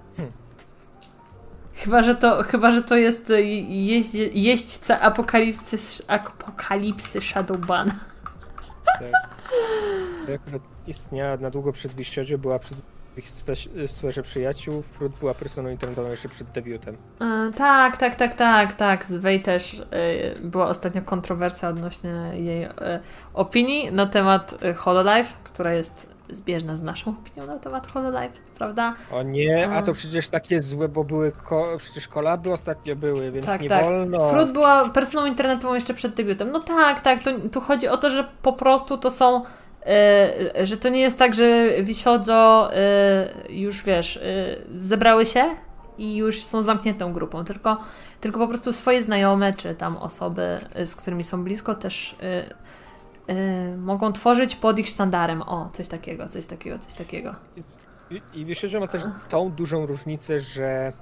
Chyba, że to jest jeźdźca apokalipsy Shadowban. Tak. To akurat istniała na długo przed Vishojo, była w ich sferze przyjaciół, Fruit była personą internetową jeszcze przed debiutem. Tak. Z Wei też była ostatnio kontrowersja odnośnie jej opinii na temat Hololive, która jest zbieżna z naszą opinią na temat Hololive, prawda? O nie, a to przecież takie złe, bo były przecież kolaby ostatnio były, więc nie wolno. Fruit była personą internetową jeszcze przed debiutem. No tak, tu chodzi o to, że po prostu to są że to nie jest tak, że Vishojo już wiesz, zebrały się i już są zamkniętą grupą, tylko po prostu swoje znajome, czy tam osoby, z którymi są blisko też mogą tworzyć pod ich sztandarem. O, coś takiego. I Vishojo ma też tą dużą różnicę, że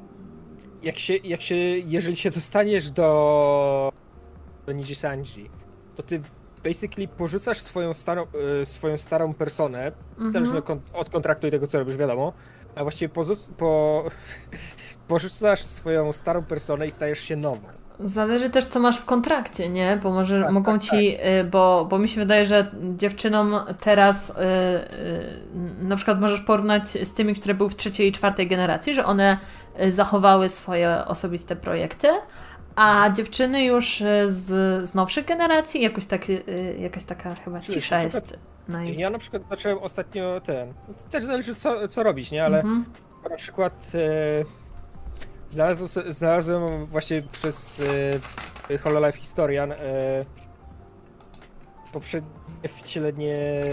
jeżeli się dostaniesz do Nijisanji, to ty basically porzucasz swoją starą personę, zależnie od kontraktu i tego, co robisz, wiadomo, a właściwie porzucasz swoją starą personę i stajesz się nową. Zależy też, co masz w kontrakcie, nie? Bo może mogą ci, bo mi się wydaje, że dziewczynom teraz na przykład możesz porównać z tymi, które były w trzeciej i czwartej generacji, że one zachowały swoje osobiste projekty, a dziewczyny już z nowszych generacji jakaś taka chyba cisza jest. Ja na przykład zacząłem ostatnio też zależy co robić, nie? Ale na przykład Znalazłem właśnie przez Hololive Historian poprzednie wcielenie...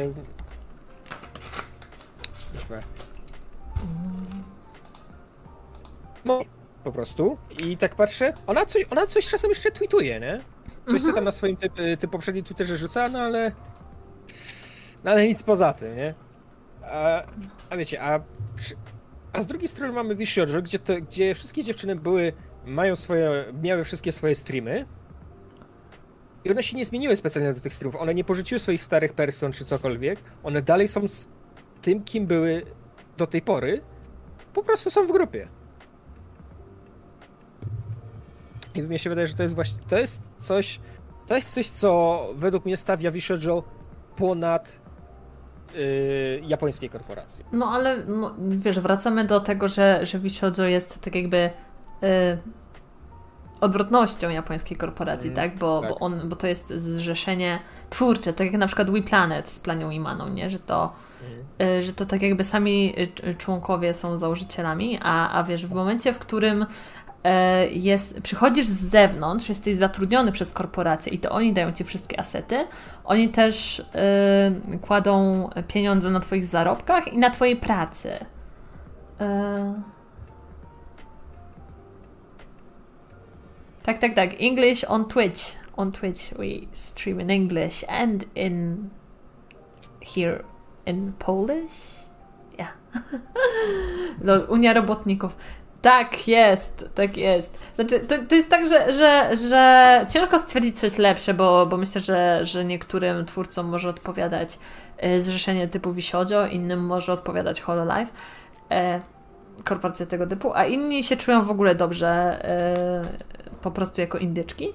No, po prostu. I tak patrzę, ona coś czasem jeszcze tweetuje, nie? Coś co tam na swoim tym poprzednim Twitterze rzuca, no ale nic poza tym, nie? A wiecie, a z drugiej strony mamy Wishojo, gdzie wszystkie dziewczyny miały wszystkie swoje streamy i one się nie zmieniły specjalnie do tych streamów. One nie porzuciły swoich starych person czy cokolwiek. One dalej są tym, kim były do tej pory. Po prostu są w grupie. I mnie się wydaje, że to jest właśnie, to jest coś, co według mnie stawia Wishojo ponad japońskie korporacje. No ale wiesz, wracamy do tego, że Wishojo jest tak jakby odwrotnością japońskiej korporacji, tak? Bo to jest zrzeszenie twórcze, tak jak na przykład WePlanet z Planią Imaną, nie? Że to tak jakby sami członkowie są założycielami, a wiesz, w momencie, w którym przychodzisz z zewnątrz, jesteś zatrudniony przez korporację i to oni dają ci wszystkie asety, oni też kładą pieniądze na twoich zarobkach i na twojej pracy. Tak. English on Twitch. On Twitch we stream in English and here in Polish. Yeah. Unia Robotników. Tak jest. Znaczy, to jest tak, że ciężko stwierdzić, co jest lepsze, bo myślę, że niektórym twórcom może odpowiadać zrzeszenie typu Wishojo, innym może odpowiadać Hololive, korporacje tego typu, a inni się czują w ogóle dobrze po prostu jako indyczki.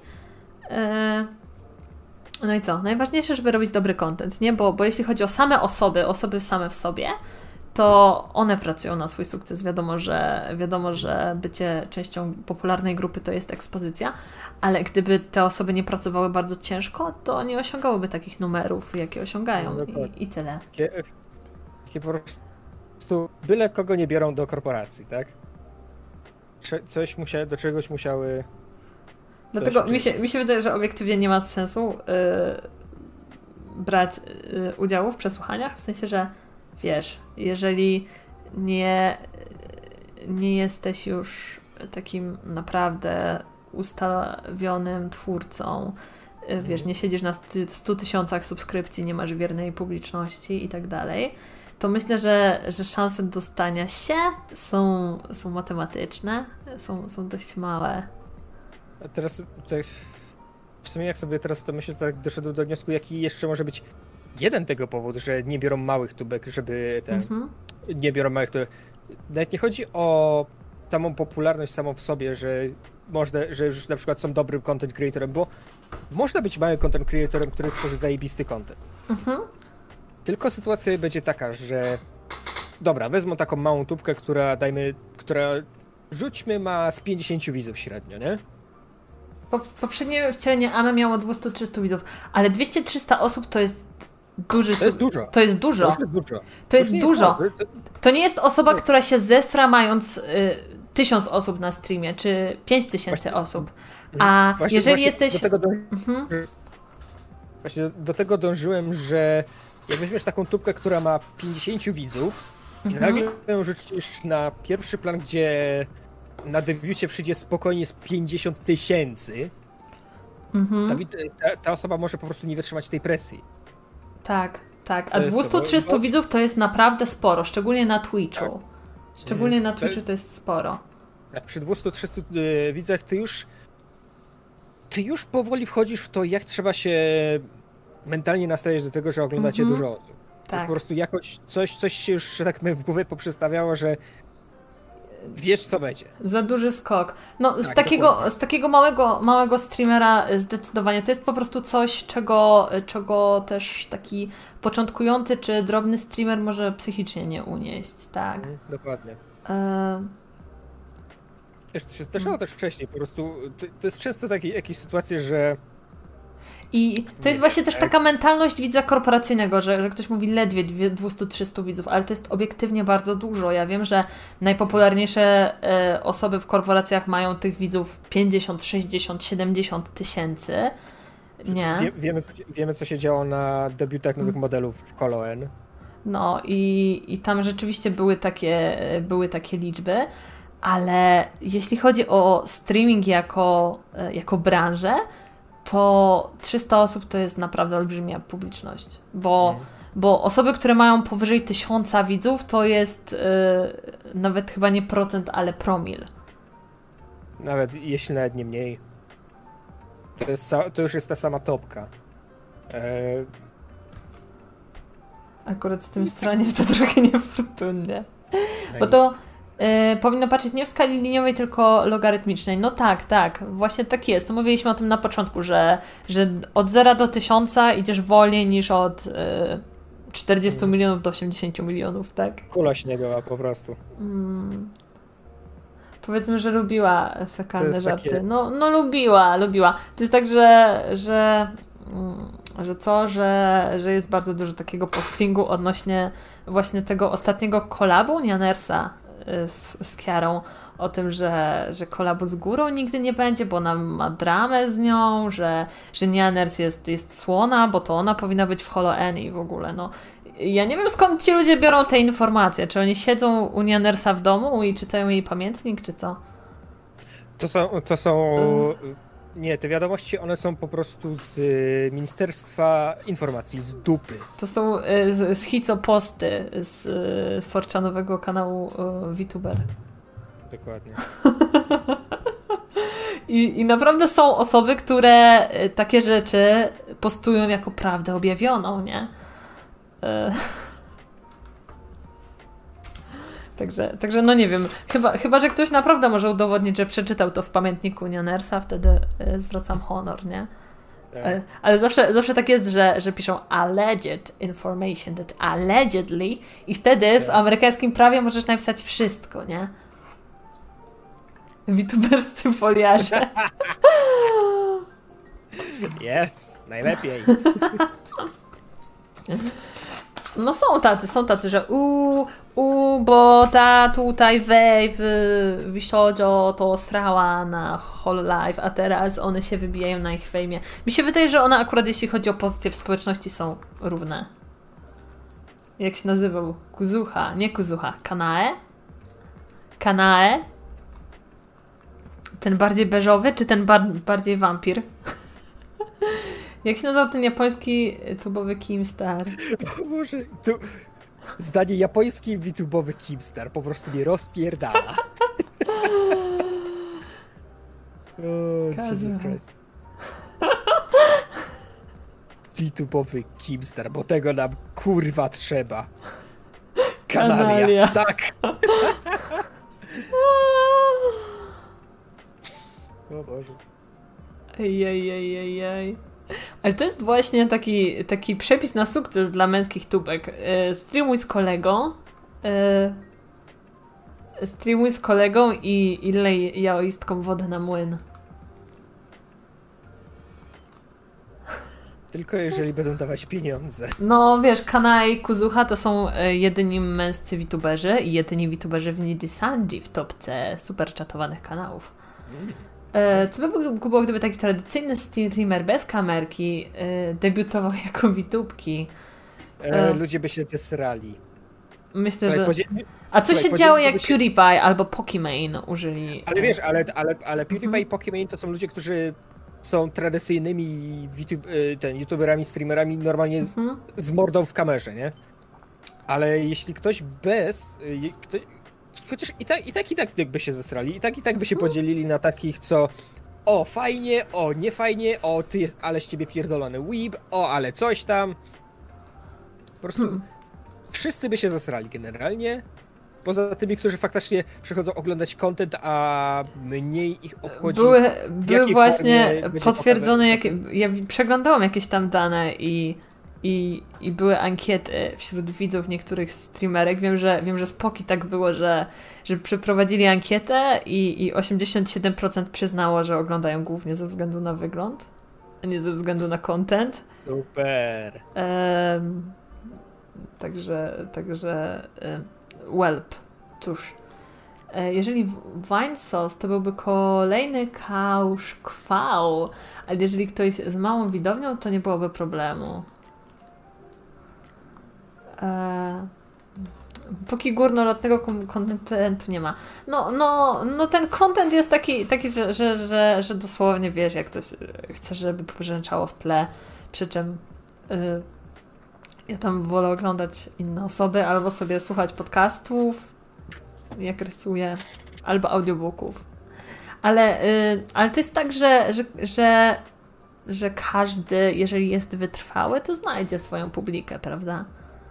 No i co? Najważniejsze, żeby robić dobry content, nie? Bo jeśli chodzi o same osoby same w sobie, to one pracują na swój sukces. Wiadomo, że bycie częścią popularnej grupy to jest ekspozycja, ale gdyby te osoby nie pracowały bardzo ciężko, to nie osiągałyby takich numerów, jakie osiągają. No, i tyle. Takie po prostu byle kogo nie biorą do korporacji, tak? Do czegoś musiały... Dlatego mi się wydaje, że obiektywnie nie ma sensu brać udziału w przesłuchaniach, w sensie, że wiesz, jeżeli nie jesteś już takim naprawdę ustawionym twórcą, wiesz, nie siedzisz na 100 000 subskrypcji, nie masz wiernej publiczności i tak dalej, to myślę, że szanse dostania się są matematyczne, są dość małe. A teraz w sumie jak sobie teraz to myślę, tak doszedłem do wniosku, jaki jeszcze może być jeden tego powód, że nie biorą małych tubek, nie biorą małych tubek. Nawet nie chodzi o samą popularność samą w sobie, że już na przykład są dobrym content creatorem, bo można być małym content creatorem, który tworzy zajebisty content. Tylko sytuacja będzie taka, że dobra, wezmą taką małą tubkę, która rzućmy ma z 50 widzów średnio, nie? Poprzednie wcielenie Amy miało 200-300 widzów, ale 200-300 osób to jest duży... To jest dużo. To jest dużo. To jest dużo. To nie jest osoba, która się zestra mając 1000 osób na streamie, czy 5000 osób. A jeżeli jesteś... Właśnie do tego dążyłem, że jak weźmiesz taką tubkę, która ma 50 widzów i nagle ją rzucisz na pierwszy plan, gdzie na debiucie przyjdzie spokojnie z 50 000, ta osoba może po prostu nie wytrzymać tej presji. Tak. A 200-300 widzów to jest naprawdę sporo, szczególnie na Twitchu. Szczególnie na Twitchu to jest sporo. Przy 200-300 widzach ty już powoli wchodzisz w to, jak trzeba się mentalnie nastawiać do tego, że oglądacie dużo osób. Tak. Już po prostu jakoś coś się już, że tak powiem, w głowie poprzestawiało, że wiesz, co będzie. Za duży skok. No, tak, z takiego małego streamera zdecydowanie. To jest po prostu coś, czego też taki początkujący czy drobny streamer może psychicznie nie unieść, tak. Dokładnie. To się zdarzało też wcześniej, po prostu to jest często takie jakieś sytuacje, że I to jest właśnie też taka mentalność widza korporacyjnego, że ktoś mówi ledwie 200-300 widzów, ale to jest obiektywnie bardzo dużo. Ja wiem, że najpopularniejsze osoby w korporacjach mają tych widzów 50, 60, 70 tysięcy. Nie. Wiemy, co się działo na debiutach nowych modelów w HoloN. No i tam rzeczywiście były takie liczby, ale jeśli chodzi o streaming jako branżę, to 300 osób to jest naprawdę olbrzymia publiczność, bo osoby, które mają powyżej 1000 widzów, to jest nawet chyba nie procent, ale promil. Jeśli nawet nie mniej. To już jest ta sama topka. Akurat z tym straniem to trochę niefortunnie. Bo to powinno patrzeć nie w skali liniowej, tylko logarytmicznej. No tak, właśnie tak jest. To mówiliśmy o tym na początku, że od 0 do 1000 idziesz wolniej niż od 40 milionów do 80 milionów, tak? Kula śniegowa po prostu. Powiedzmy, że lubiła fekalne żarty. Takie... No lubiła. To jest tak, że jest bardzo dużo takiego postingu odnośnie właśnie tego ostatniego kolabu Nianersa z Kiarą, o tym, że kolabu z Górą nigdy nie będzie, bo ona ma dramę z nią, że Nianers jest słona, bo to ona powinna być w HoloN i w ogóle, no. Ja nie wiem, skąd ci ludzie biorą te informacje. Czy oni siedzą u Nianersa w domu i czytają jej pamiętnik, czy co? To są... Nie, te wiadomości, one są po prostu z Ministerstwa Informacji, z dupy. To są z Hico-posty z forczanowego kanału VTuber. Dokładnie. I naprawdę są osoby, które takie rzeczy postują jako prawdę objawioną, nie? Także no nie wiem, chyba, że ktoś naprawdę może udowodnić, że przeczytał to w pamiętniku Nianersa, wtedy zwracam honor, nie? Tak. Ale zawsze tak jest, że piszą alleged information, that allegedly i wtedy w amerykańskim prawie możesz napisać wszystko, nie? VTuberscy foliarze. Yes, najlepiej. No są tacy, że bo ta tutaj Wishoujo to strała na Hololive, a teraz one się wybijają na ich fejmie. Mi się wydaje, że one akurat jeśli chodzi o pozycję w społeczności są równe. Jak się nazywał? Kuzuha, nie Kuzuha, Kanae? Ten bardziej beżowy, czy ten bardziej wampir? Jak się nazywał ten japoński tubowy Keemstar? O Boże, to zdanie japoński VTube'owy Keemstar po prostu mnie rozpierdala. O, Jesus Christ. VTube'owy Keemstar, bo tego nam kurwa trzeba. Kanalia. Tak. O Boże. Ej. Ale to jest właśnie taki przepis na sukces dla męskich tubek. Streamuj z kolegą i lej jaoistką wodę na młyn. Tylko jeżeli będą dawać pieniądze. No wiesz, Kanae i Kuzuha to są jedyni męscy VTuberzy i jedyni VTuberzy w Nijisanji w topce super czatowanych kanałów. Co by było, gdyby taki tradycyjny streamer bez kamerki debiutował jako VTubki? Ludzie by się zesrali. Myślę, że... A co się działo, jak PewDiePie albo Pokimane użyli? Ale wiesz, ale PewDiePie i Pokimane to są ludzie, którzy są tradycyjnymi youtuberami, streamerami normalnie z mordą w kamerze, nie? Ale jeśli ktoś bez... Chociaż i tak by się zesrali, i tak by się podzielili na takich, co o fajnie, o nie fajnie, o ty jest, ale z ciebie pierdolony weeb, o ale coś tam. Po prostu wszyscy by się zesrali generalnie. Poza tymi, którzy faktycznie przychodzą oglądać content, a mniej ich obchodzi. Były właśnie potwierdzone, ja przeglądałam jakieś tam dane i były ankiety wśród widzów niektórych streamerek. Wiem, że z Poki tak było, że przeprowadzili ankietę i 87% przyznało, że oglądają głównie ze względu na wygląd. a nie ze względu na content. Super. Także Whelp. Cóż. Jeżeli Vinesauce to byłby kolejny kwał, ale jeżeli ktoś z małą widownią, to nie byłoby problemu. Póki górnolotnego kontentu nie ma. No ten content jest taki że dosłownie wiesz, jak ktoś chce, żeby pobrzęczało w tle, przy czym ja tam wolę oglądać inne osoby, albo sobie słuchać podcastów, jak rysuję, albo audiobooków. Ale to jest tak, że każdy, jeżeli jest wytrwały, to znajdzie swoją publikę, prawda?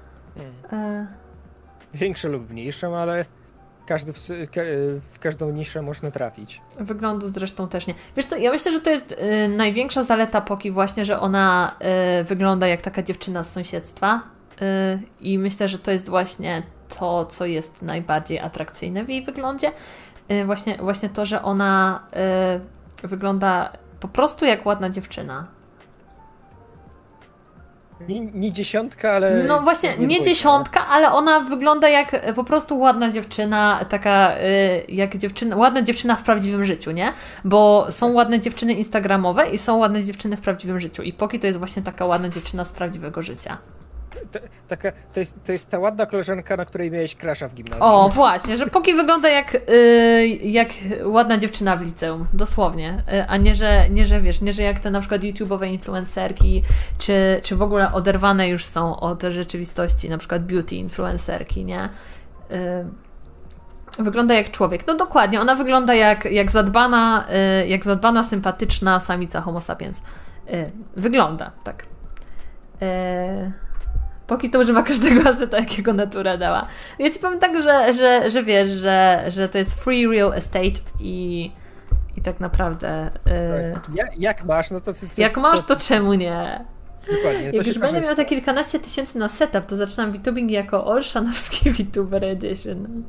Większe lub mniejszą, ale każdy w każdą niszę można trafić. Wyglądu zresztą też nie. Wiesz co, ja myślę, że to jest największa zaleta Poki właśnie, że ona wygląda jak taka dziewczyna z sąsiedztwa i myślę, że to jest właśnie to, co jest najbardziej atrakcyjne w jej wyglądzie. Właśnie to, że ona wygląda po prostu jak ładna dziewczyna. Nie dziesiątka, ale... No właśnie, nie dziesiątka, ale ona wygląda jak po prostu ładna dziewczyna, taka jak dziewczyna, ładna dziewczyna w prawdziwym życiu, nie? Bo są ładne dziewczyny instagramowe i są ładne dziewczyny w prawdziwym życiu. I Poki to jest właśnie taka ładna dziewczyna z prawdziwego życia. To jest ta ładna koleżanka, na której miałeś crusha w gimnazjum. O, właśnie, że Poki wygląda jak ładna dziewczyna w liceum, dosłownie. A nie, że wiesz, nie, że jak te na przykład YouTube'owe influencerki, czy w ogóle oderwane już są od rzeczywistości, na przykład beauty influencerki, nie? Wygląda jak człowiek. No dokładnie, ona wygląda jak zadbana, sympatyczna samica homo sapiens. Wygląda, tak. Poki to używa każdego aseta, jakiego natura dała. Ja ci powiem tak, że wiesz, że to jest free real estate i tak naprawdę... Jak masz, no to... Jak masz, to czemu nie? Dokładnie. Jak już będę miał te kilkanaście tysięcy na setup, to zaczynam VTubing jako Olszanowski VTuber Edition.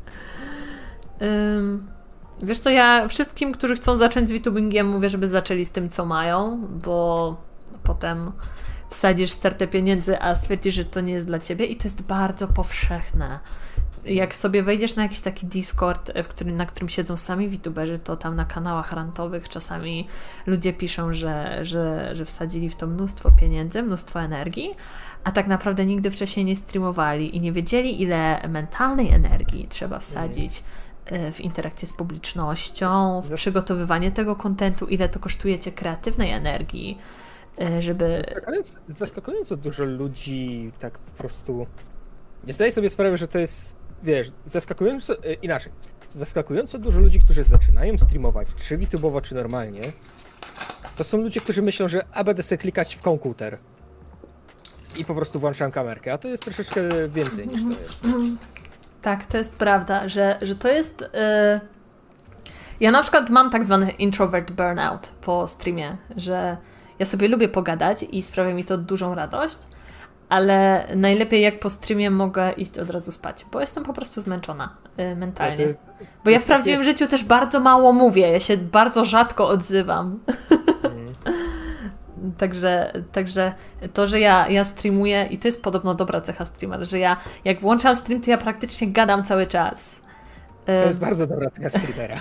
Wiesz co, ja wszystkim, którzy chcą zacząć z VTubingiem, mówię, żeby zaczęli z tym, co mają, bo potem wsadzisz stertę pieniędzy, a stwierdzisz, że to nie jest dla ciebie i to jest bardzo powszechne. Jak sobie wejdziesz na jakiś taki Discord, na którym siedzą sami VTuberzy, to tam na kanałach rantowych czasami ludzie piszą, że wsadzili w to mnóstwo pieniędzy, mnóstwo energii, a tak naprawdę nigdy wcześniej nie streamowali i nie wiedzieli, ile mentalnej energii trzeba wsadzić w interakcję z publicznością, w przygotowywanie tego kontentu, ile to kosztuje cię kreatywnej energii, żeby... Zaskakująco dużo ludzi tak po prostu nie zdaje sobie sprawy, że to jest, wiesz, zaskakująco dużo ludzi, którzy zaczynają streamować, czy VTube'owo, czy normalnie, to są ludzie, którzy myślą, że będę sobie klikać w komputer i po prostu włączam kamerkę, a to jest troszeczkę więcej niż to jest. Tak, to jest prawda, że to jest... Ja na przykład mam tak zwany introvert burnout po streamie, że ja sobie lubię pogadać i sprawia mi to dużą radość, ale najlepiej jak po streamie mogę iść od razu spać, bo jestem po prostu zmęczona mentalnie. Bo ja w prawdziwym życiu też bardzo mało mówię, ja się bardzo rzadko odzywam. Także to, że ja streamuję i to jest podobno dobra cecha streamera, że ja jak włączam stream, to ja praktycznie gadam cały czas. To jest bardzo dobra cecha streamera.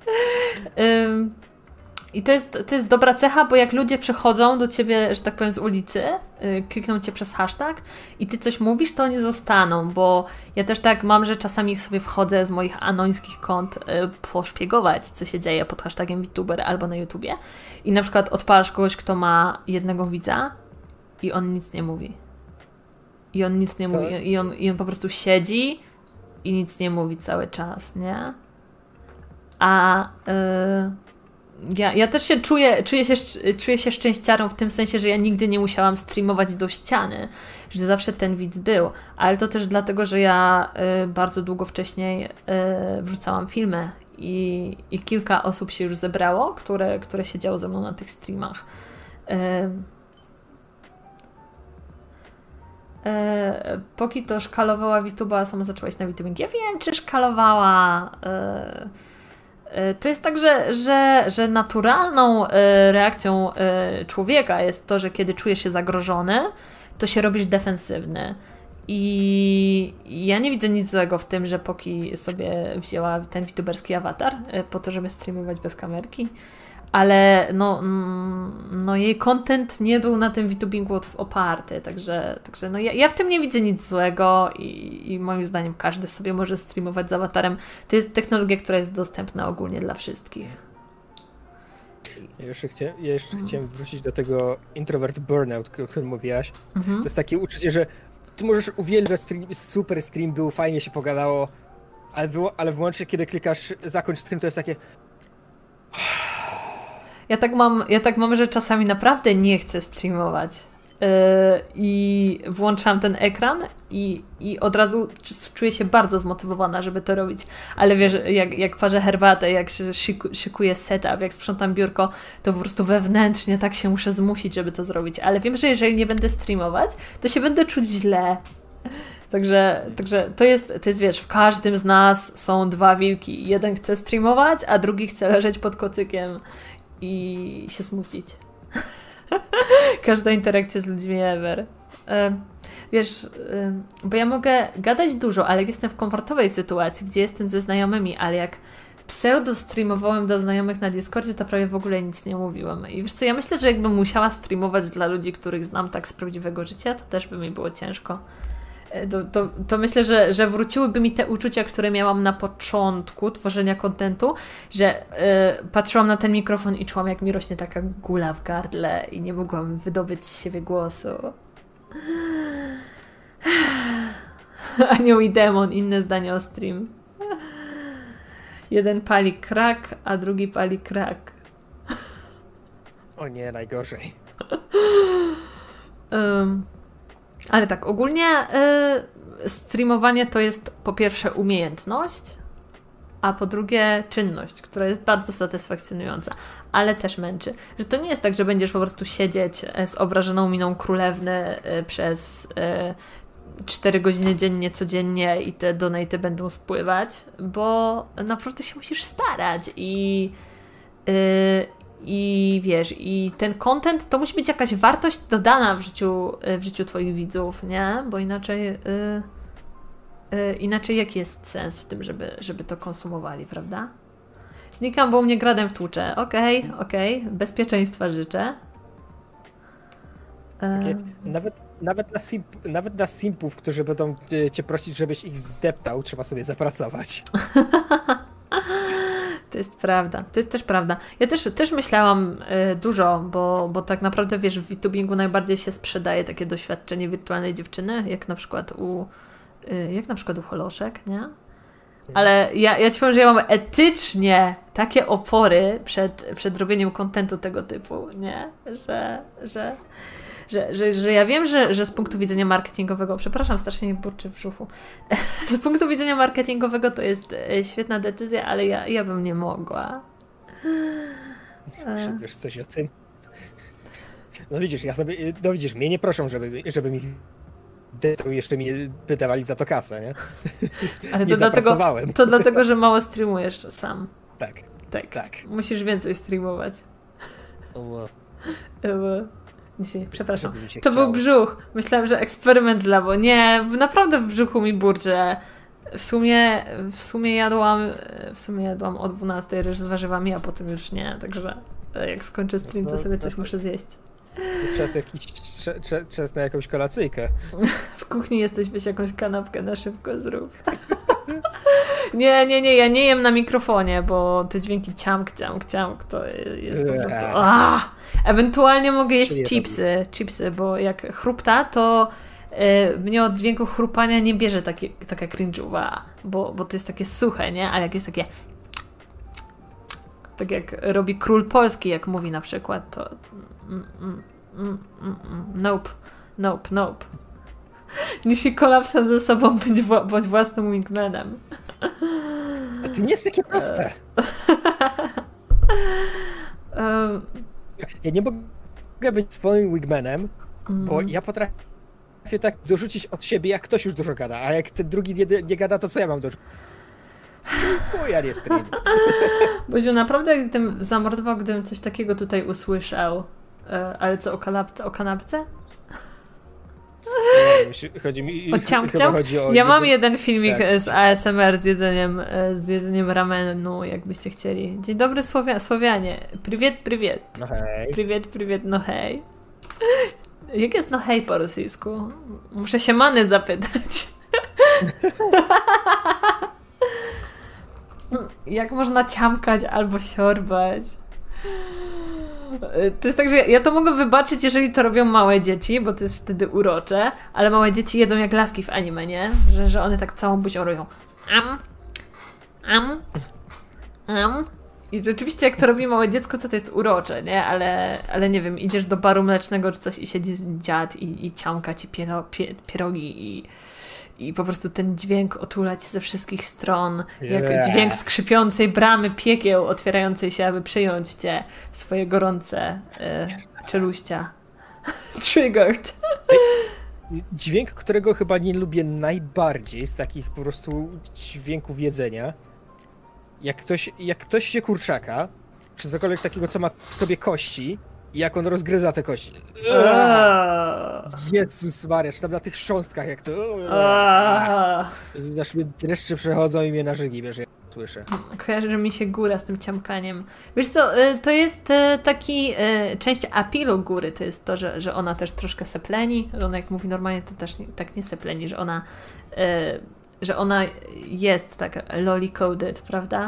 I to jest dobra cecha, bo jak ludzie przychodzą do ciebie, że tak powiem, z ulicy, klikną cię przez hashtag i ty coś mówisz, to oni zostaną, bo ja też tak mam, że czasami sobie wchodzę z moich anońskich kont poszpiegować, co się dzieje pod hashtagiem VTuber albo na YouTubie i na przykład odpalasz kogoś, kto ma jednego widza i on nic nie mówi. I on nic nie mówi. I on po prostu siedzi i nic nie mówi cały czas, nie? A... Ja też się czuję się szczęściarą w tym sensie, że ja nigdy nie musiałam streamować do ściany, że zawsze ten widz był, ale to też dlatego, że ja bardzo długo wcześniej wrzucałam filmy i kilka osób się już zebrało, które siedziało ze mną na tych streamach. Póki to szkalowała VTube'a, a sama zaczęłaś na VTubing. Ja wiem, czy szkalowała... To jest tak, że naturalną reakcją człowieka jest to, że kiedy czujesz się zagrożony, to się robisz defensywny. I ja nie widzę nic złego w tym, że Poki sobie wzięła ten VTuberski awatar po to, żeby streamować bez kamerki, ale no jej content nie był na tym VTubingu oparty, także no ja w tym nie widzę nic złego i moim zdaniem każdy sobie może streamować z awatarem. To jest technologia, która jest dostępna ogólnie dla wszystkich. Ja jeszcze chciałem wrócić do tego introvert burnout, o którym mówiłaś. To jest takie uczucie, że ty możesz uwielbiać stream, super stream był, fajnie się pogadało, ale w momencie, kiedy klikasz zakończ stream, to jest takie... Ja tak mam, że czasami naprawdę nie chcę streamować i włączam ten ekran i od razu czuję się bardzo zmotywowana, żeby to robić. Ale wiesz, jak parzę herbatę, jak szykuję setup, jak sprzątam biurko, to po prostu wewnętrznie tak się muszę zmusić, żeby to zrobić. Ale wiem, że jeżeli nie będę streamować, to się będę czuć źle. Także to jest, wiesz, w każdym z nas są dwa wilki. Jeden chce streamować, a drugi chce leżeć pod kocykiem i się smucić. Każda interakcja z ludźmi ever. Wiesz, bo ja mogę gadać dużo, ale jak jestem w komfortowej sytuacji, gdzie jestem ze znajomymi, ale jak pseudo-streamowałem do znajomych na Discordzie, to prawie w ogóle nic nie mówiłam. I wiesz co, ja myślę, że jakbym musiała streamować dla ludzi, których znam tak z prawdziwego życia, to też by mi było ciężko. To myślę, że wróciłyby mi te uczucia, które miałam na początku tworzenia kontentu, że patrzyłam na ten mikrofon i czułam, jak mi rośnie taka gula w gardle i nie mogłam wydobyć z siebie głosu. Anioł i demon, inne zdanie o stream. Jeden pali krak, a drugi pali krak. O nie, najgorzej. Ale tak, ogólnie streamowanie to jest po pierwsze umiejętność, a po drugie czynność, która jest bardzo satysfakcjonująca, ale też męczy. Że to nie jest tak, że będziesz po prostu siedzieć z obrażoną miną królewny przez 4 godziny dziennie, codziennie i te donaty będą spływać, bo naprawdę się musisz starać i wiesz, i ten content to musi być jakaś wartość dodana w życiu twoich widzów, nie? Bo inaczej jaki jest sens w tym, żeby to konsumowali, prawda? Znikam, bo mnie gradem wtłucze. Okej. Bezpieczeństwa życzę. Nawet na simpów, którzy będą cię prosić, żebyś ich zdeptał, trzeba sobie zapracować. To jest prawda. To jest też prawda. Ja też myślałam dużo, bo tak naprawdę, wiesz, w VTubingu najbardziej się sprzedaje takie doświadczenie wirtualnej dziewczyny, jak na przykład u Holoszek, nie? Ale ja ci powiem, że ja mam etycznie takie opory przed robieniem kontentu tego typu, nie? Że ja wiem, że z punktu widzenia marketingowego, przepraszam, strasznie mi burczy w brzuchu, z punktu widzenia marketingowego to jest świetna decyzja, ale ja bym nie mogła. Wiesz coś o tym? No widzisz, mnie nie proszą, żeby mi jeszcze mi wydawali za to kasę, nie? Ale nie zapracowałem. To dlatego, że mało streamujesz sam. Tak. Musisz więcej streamować. Dzisiaj, przepraszam. To był brzuch. Myślałam, że eksperyment dla, bo nie, naprawdę w brzuchu mi burczy. W sumie jadłam o 12 ryż z warzywami, a potem już nie, także jak skończę stream, to sobie coś muszę zjeść. Czas na jakąś kolacyjkę. W kuchni jesteś, weź jakąś kanapkę na szybko zrób. Nie, ja nie jem na mikrofonie, bo te dźwięki ciamk to jest po prostu... Ewentualnie mogę jeść chipsy, bo jak chrupta, to mnie od dźwięku chrupania nie bierze taka cringe'uwa, bo to jest takie suche, nie? Ale jak jest takie... Tak jak robi król polski, jak mówi na przykład, to... Nope. Dzisiaj kolapsem ze sobą bądź własnym wingmanem. A to nie jest takie proste. Ja nie mogę być swoim wingmanem, bo ja potrafię tak dorzucić od siebie, jak ktoś już dużo gada, a jak ten drugi nie gada, to co ja mam dorzucić? Chuja nie stream. Boziu, naprawdę gdybym zamordował, gdybym coś takiego tutaj usłyszał. Ale co, o kanapce? Chodzi mi chyba chodzi o... Ja mam jeden filmik tak. z ASMR z jedzeniem ramenu, jakbyście chcieli. Dzień dobry Słowianie. Prywiet, prywiet. No hej. Prywiet, no hej. Jak jest no hej po rosyjsku? Muszę się Many zapytać. Jak można ciamkać albo siorbać? To jest tak, że ja to mogę wybaczyć, jeżeli to robią małe dzieci, bo to jest wtedy urocze, ale małe dzieci jedzą jak laski w anime, nie? Że one tak całą buzią robią I rzeczywiście jak to robi małe dziecko, to jest urocze, nie? Ale nie wiem, idziesz do baru mlecznego czy coś i siedzi dziad i ciamka ci pierogi i po prostu ten dźwięk otulać ze wszystkich stron, jak dźwięk skrzypiącej bramy piekieł otwierającej się, aby przyjąć cię w swoje gorące czeluścia. Triggered. Dźwięk, którego chyba nie lubię najbardziej z takich po prostu dźwięków jedzenia. Jak ktoś się kurczaka, czy cokolwiek takiego, co ma w sobie kości, i jak on rozgryza te kości. Jezus Maria, czy tam na tych chrząstkach jak to... Aż mnie dreszcze przechodzą i mnie na żygi, wiesz, ja słyszę. Kojarzy mi się góra z tym ciamkaniem. Wiesz co, to jest taki... Część apilu góry to jest to, że ona też troszkę sepleni, że ona jak mówi normalnie, to też tak nie sepleni, że ona jest tak lolly-coded, prawda?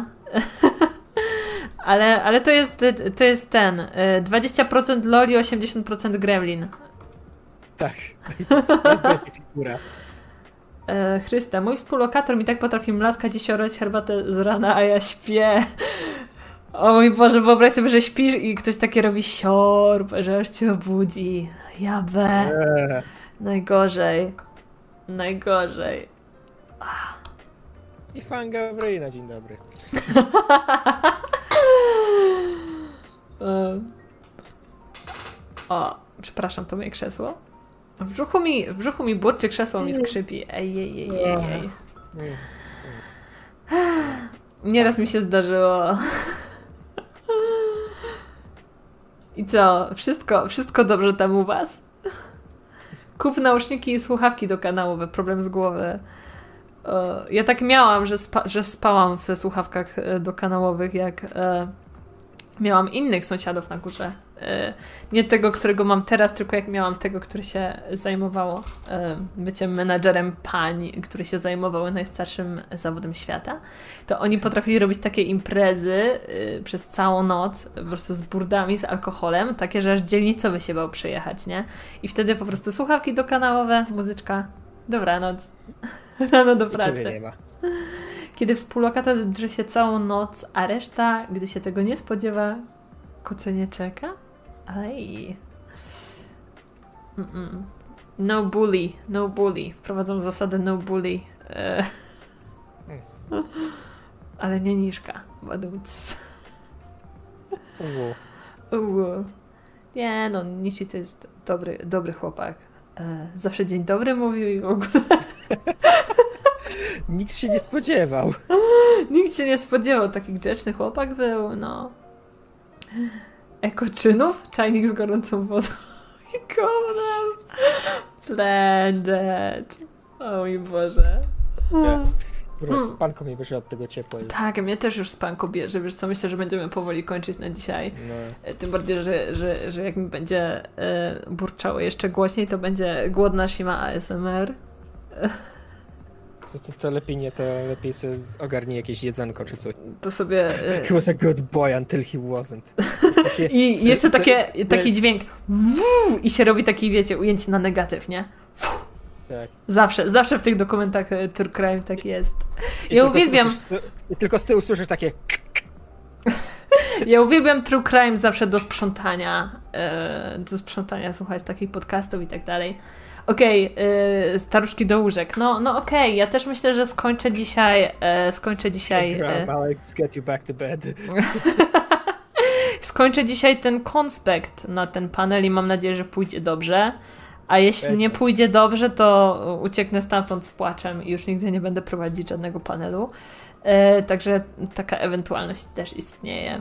Ale to jest ten 20% loli, 80% gremlin. Tak, to jest figura. Chryste, mój współlokator mi tak potrafi mlaskać i siorać herbatę z rana, a ja śpię. O mój Boże, wyobraź sobie, że śpisz i ktoś takie robi siorb, że aż cię obudzi. Jabę. Najgorzej. I fanga w ryj na dzień dobry. O, przepraszam, to moje krzesło. W brzuchu mi burczy, krzesło mi skrzypi. Ej. Nieraz mi się zdarzyło. I co? Wszystko dobrze tam u was? Kup nauszniki i słuchawki do kanału, problem z głowy. Ja tak miałam, że spałam w słuchawkach dokanałowych, jak miałam innych sąsiadów na górze. Nie tego, którego mam teraz, tylko jak miałam tego, który się zajmowało byciem menadżerem pań, który się zajmował najstarszym zawodem świata, to oni potrafili robić takie imprezy przez całą noc, po prostu z burdami, z alkoholem, takie, że aż dzielnicowy się bał przyjechać, nie? I wtedy po prostu słuchawki dokanałowe, muzyczka, dobranoc, rano do pracy. Nie ma. Kiedy współlokator drze się całą noc, a reszta, gdy się tego nie spodziewa, kucenie czeka? Aj. No bully. Wprowadzam zasadę no bully. Ale nie niżka. Badumc. Nie no, Nishi to jest dobry chłopak. Zawsze dzień dobry mówił i w ogóle. Nikt się nie spodziewał. Nikt się nie spodziewał. Taki grzeczny chłopak był, no. Ekoczynów? Czajnik z gorącą wodą i kołnem. Blended. O mój Boże. Spanko mi wyszło od tego ciepła. Tak, mnie też już spanko bierze. Wiesz co, myślę, że będziemy powoli kończyć na dzisiaj. No. Tym bardziej, że jak mi będzie burczało jeszcze głośniej, to będzie głodna Shima ASMR. To lepiej nie, to lepiej sobie ogarnij jakieś jedzonko czy coś. To sobie... He was a good boy until he wasn't. Takie, I jeszcze taki dźwięk i się robi taki, wiecie, ujęcie na negatyw, nie? Tak. Zawsze w tych dokumentach True Crime tak jest. Ja uwielbiam... I tylko z tyłu słyszysz takie... Ja uwielbiam True Crime zawsze do sprzątania. Słuchaj, z takich podcastów i tak dalej. Okej, staruszki do łóżek. No okej, ja też myślę, że skończę dzisiaj... Alex, get you back to bed. Skończę dzisiaj ten konspekt na ten panel i mam nadzieję, że pójdzie dobrze. A jeśli nie pójdzie dobrze, to ucieknę stamtąd z płaczem i już nigdy nie będę prowadzić żadnego panelu. Także taka ewentualność też istnieje.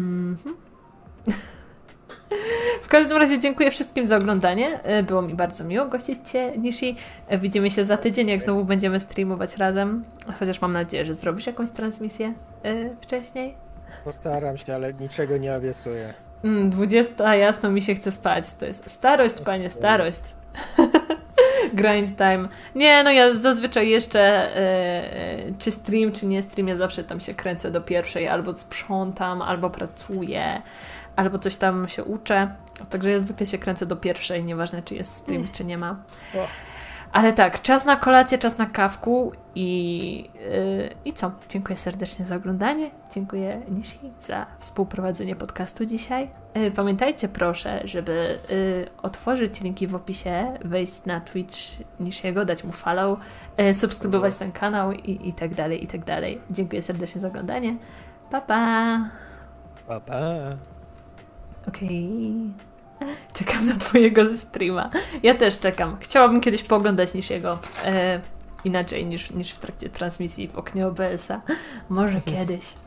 W każdym razie dziękuję wszystkim za oglądanie. Było mi bardzo miło gościć Cię, Nishi. Widzimy się za tydzień, jak znowu będziemy streamować razem. Chociaż mam nadzieję, że zrobisz jakąś transmisję wcześniej. Postaram się, ale niczego nie obiecuję. 20, jasno mi się chce spać. To jest starość, panie, starość. Grind time. Nie, no ja zazwyczaj jeszcze czy stream, czy nie stream, ja zawsze tam się kręcę do pierwszej, albo sprzątam, albo pracuję, albo coś tam się uczę. Także ja zwykle się kręcę do pierwszej, nieważne czy jest stream, czy nie ma. Ale tak, czas na kolację, czas na kawku i co? Dziękuję serdecznie za oglądanie. Dziękuję Nishi za współprowadzenie podcastu dzisiaj. Pamiętajcie proszę, żeby otworzyć linki w opisie, wejść na Twitch Nishiego, dać mu follow, subskrybować ten kanał i tak dalej, i tak dalej. Dziękuję serdecznie za oglądanie. Pa, pa! Pa, pa. Okej. Czekam na twojego streama. Ja też czekam. Chciałabym kiedyś pooglądać Nishiego inaczej niż w trakcie transmisji w oknie OBS-a. Może kiedyś.